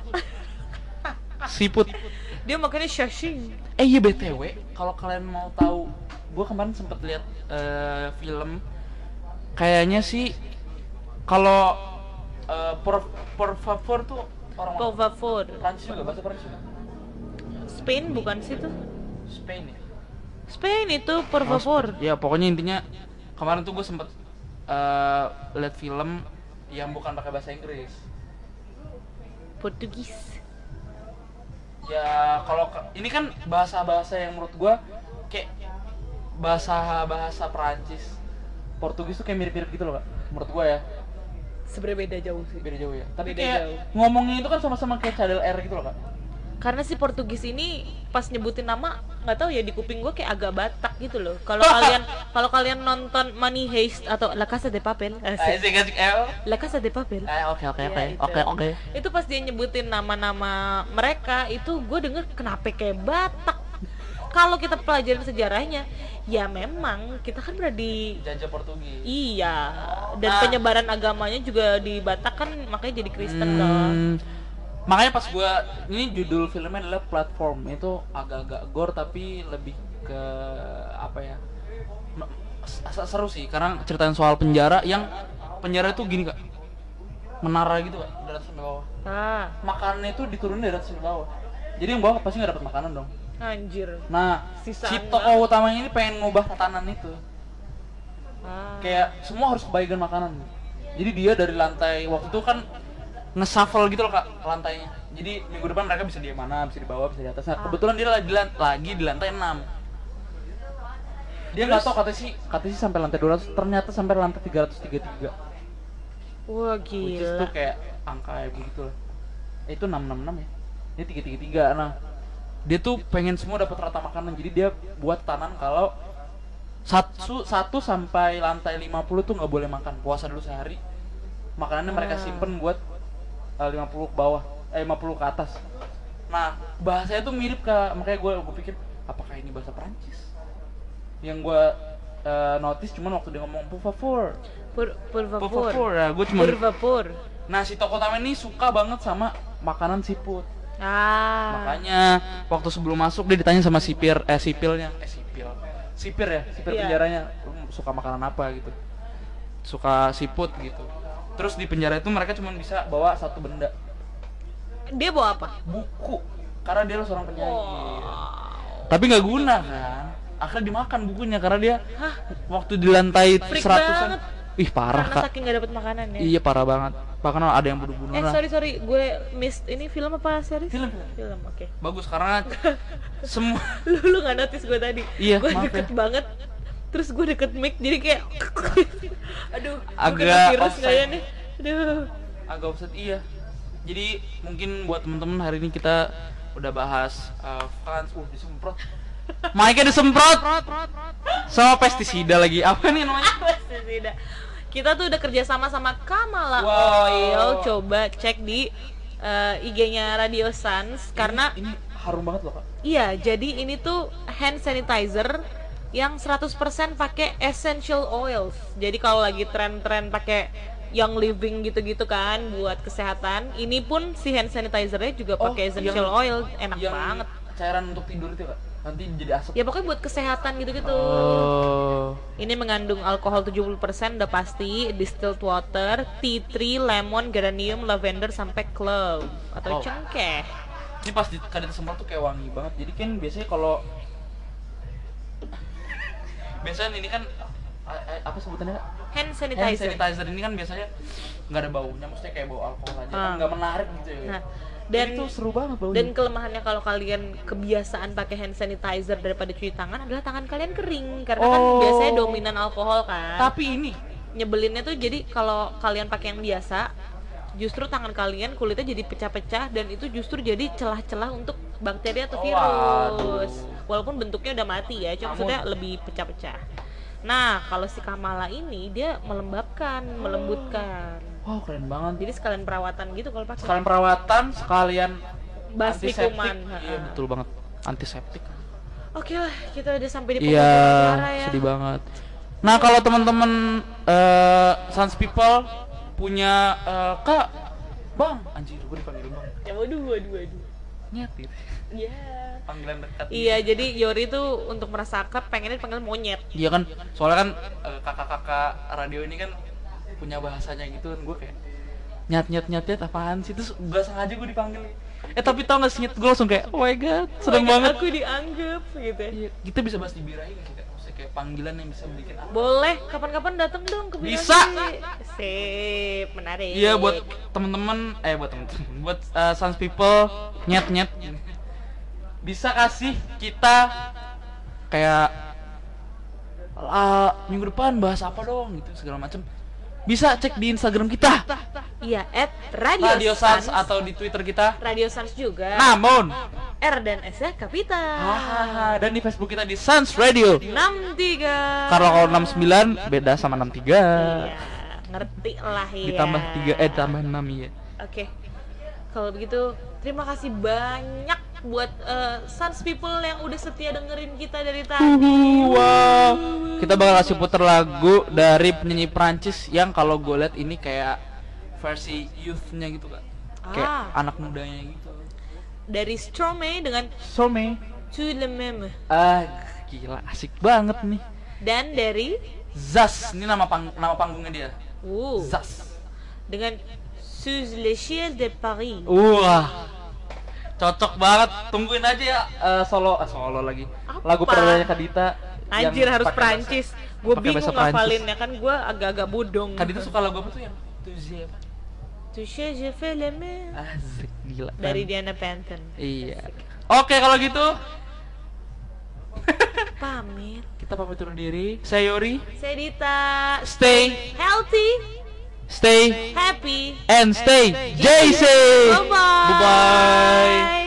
Dia makannya sashimi. Iya BTW, kalau kalian mau tahu, gue kemarin sempet lihat film. Kayaknya sih kalau por favor tuh orang Por favor. Prancis juga, bahasa Prancis juga. Spain bukan sih tuh? Spain ya? Spain itu por favor. Ya pokoknya intinya kemarin tuh gue sempet lihat film yang bukan pakai bahasa Inggris. Portugis. Ya kalau ini kan bahasa-bahasa yang menurut gue kayak bahasa Perancis, Portugis tuh kayak mirip-mirip gitu loh Kak, menurut gue ya. Sebenarnya beda jauh sih. Beda jauh ya. Tapi Beda kayak jauh. ngomongnya itu kan sama-sama kayak cadel R gitu loh Kak. Karena si Portugis ini pas nyebutin nama nggak tahu ya, di kuping gue kayak agak Batak gitu loh. Kalau kalian nonton Money Heist atau La Casa de Papel, La Casa de Papel. Oke. Itu pas dia nyebutin nama-nama mereka itu gue denger kenapa kayak Batak. Kalau kita pelajarin sejarahnya, ya memang kita kan pernah di jajah Portugis. Iya. Dan penyebaran agamanya juga di Batak kan, makanya jadi Kristen dong. Makanya pas gua ini judul filmnya adalah Platform, itu agak-agak gore tapi lebih ke apa ya? Seru sih karena ceritain soal penjara yang penjara itu gini Kak. Menara gitu Kak, dari atas sampai bawah. Makanannya itu diturunin dari atas sampai bawah. Jadi yang bawah pasti nggak dapat makanan dong. Anjir. Nah, Sisaan si tokoh utamanya ini pengen ngubah tatanan itu. Kayak semua harus kebagian makanan. Jadi dia dari lantai waktu itu kan nge-shuffle gitu loh Kak lantainya. Jadi minggu depan mereka bisa di mana, bisa di bawah, bisa di atas. Nah, kebetulan dia lagi di lantai 6. Dia nggak tahu katanya sih sampai lantai 200, ternyata sampai lantai 333. Wah Which is gila. tuh kayak angka kayak begitu lah. Itu 666 ya. Dia 333. Nah, dia tuh pengen semua dapat rata makanan. Jadi dia buat tanan kalau satu sampai lantai 50 tuh nggak boleh makan. Puasa dulu sehari. Makanannya mereka simpen buat 50 ke bawah, 50 ke atas. Nah, bahasanya tuh mirip makanya gue pikir apakah ini bahasa Perancis? Yang gue notice cuman waktu dia ngomong pour favor. Por favor. Ya, gue cuman Por favor. Nah, si tokoh utama ini suka banget sama makanan seafood. Makanya waktu sebelum masuk dia ditanya sama sipir ya, sipir penjaranya, lu suka makanan apa gitu. Suka seafood gitu. Terus di penjara itu mereka cuma bisa bawa satu benda. Dia bawa apa? Buku. Karena dia seorang penyair. Tapi nggak guna kan. Akhirnya dimakan bukunya karena dia waktu di lantai Freak 100-an. banget. Ih parah Karena Kak. saking gak dapet makanan ya. Iya parah banget. Bahkan ada yang bunuh-bunuh lah. Sorry, gue miss ini film apa series? Film, oke. Bagus karena semua Lu gak notice gue tadi. Iya, Gue maaf deket ya. banget. Terus gue deket mic jadi kayak aduh, Agak gue kena virus offside. kayaknya nih. Aduh. agak offset iya. Jadi mungkin buat temen-temen hari ini kita udah bahas fans, disemprot. Mic-nya disemprot sama pestisida lagi. Apa nih namanya? Pestisida. Kita tuh udah kerja sama Kamala Wow. Oil. Coba cek di IG-nya Radio Sans karena ini harum banget loh Kak. iya, jadi ini tuh hand sanitizer yang 100% pakai essential oils. Jadi kalau lagi tren-tren pakai Young Living gitu-gitu kan buat kesehatan, ini pun si hand sanitizer-nya juga pakai essential oil, enak yang banget. Cairan untuk tidur itu Kak. Nanti jadi asap. Ya pokoknya buat kesehatan gitu-gitu. Ini mengandung alkohol 70% udah pasti, distilled water, tea tree, lemon, geranium, lavender sampai clove atau cengkeh. Ini pas kadang disemprot tuh kayak wangi banget. Jadi kan biasanya kalau biasanya ini kan apa sebutannya Kak? Hand Hand sanitizer. sanitizer ini kan biasanya nggak ada baunya, maksudnya kayak bau alkohol aja, kan nggak menarik gitu ya. Nah, dan itu seru banget baunya. Dan kelemahannya kalau kalian kebiasaan pakai hand sanitizer daripada cuci tangan adalah tangan kalian kering karena kan biasanya dominan alkohol kan. Tapi ini nyebelinnya tuh jadi kalau kalian pakai yang biasa, justru tangan kalian kulitnya jadi pecah-pecah dan itu justru jadi celah-celah untuk bakteri atau virus. Walaupun bentuknya udah mati ya, cuma maksudnya lebih pecah-pecah. Nah, kalau si Kamala ini dia melembabkan, melembutkan. wow keren banget. Jadi sekalian perawatan gitu kalau pakai. Sekalian perawatan, sekalian Basmi antiseptik. kuman. Iya betul banget, antiseptik. Oke lah, kita udah sampai di penghujung Iya, acara ya. sedih banget. Nah kalau teman-teman Sans People punya Kak, Bang, anjir gue dipanggil Bang. Ya waduh. Nyetir. Iya. Panggilan dekat. Iya, jadi Yori tuh untuk merasa akrab pengennya dipanggil monyet. Iya kan, soalnya kan kakak-kakak radio ini kan punya bahasanya gitu kan, gue kayak nyat apaan sih, terus gak sengaja gue dipanggil. Tapi tau gak sih, gue langsung kayak oh my god, seneng banget. Aku dianggap gitu. Iya, kita bisa bahas di Birahi gak sih Kak? Maksudnya kayak panggilan yang bisa bikin apa? Boleh, kapan-kapan datang dong ke Birahi. Bisa. Sip, menarik. Iya buat temen-temen, buat Sans People nyet bisa kasih kita kayak minggu depan bahas apa dong gitu segala macem. Bisa cek di Instagram kita. Iya, @Radio Sans atau di Twitter kita. Radio Sans juga. Namun R dan S-nya kapital. Dan di Facebook kita di Sans Radio 63. Kalau 69 beda sama 63. Iya, ngerti lah ya. Ditambah 3 tambah 6 ya. Oke. Kalau begitu terima kasih banyak buat Sans People yang udah setia dengerin kita dari tadi. Wow. Kita bakal kasih puter lagu dari penyanyi Prancis yang kalau gue lihat ini kayak versi youth-nya gitu Kak. Kayak anak mudanya gitu. Dari Stromae dengan Stromae. Tu le même. Gila asik banget nih. Dan dari Zas, ini nama panggungnya dia. Zas. Dengan Sous les cieux de Paris. Wah. Cocok banget. Tungguin aja ya solo lagi. Apa? Lagu perdana Kadita. Anjir yang harus pakai Prancis. bahasa- Gue pakai bingung bahasa Prancis. ngafalinnya kan gue agak-agak bodong. Kadita suka lagu apa tuh yang Tuesday apa? Tu sais, je fais le mieux. Asik gila. Dari Diana Penton. Iya. Oke kalau gitu Pamit. kita pamit undur diri. Saya Yori. Saya Dita. Stay Healthy, stay happy, and stay JC. Bye-bye. Bye-bye.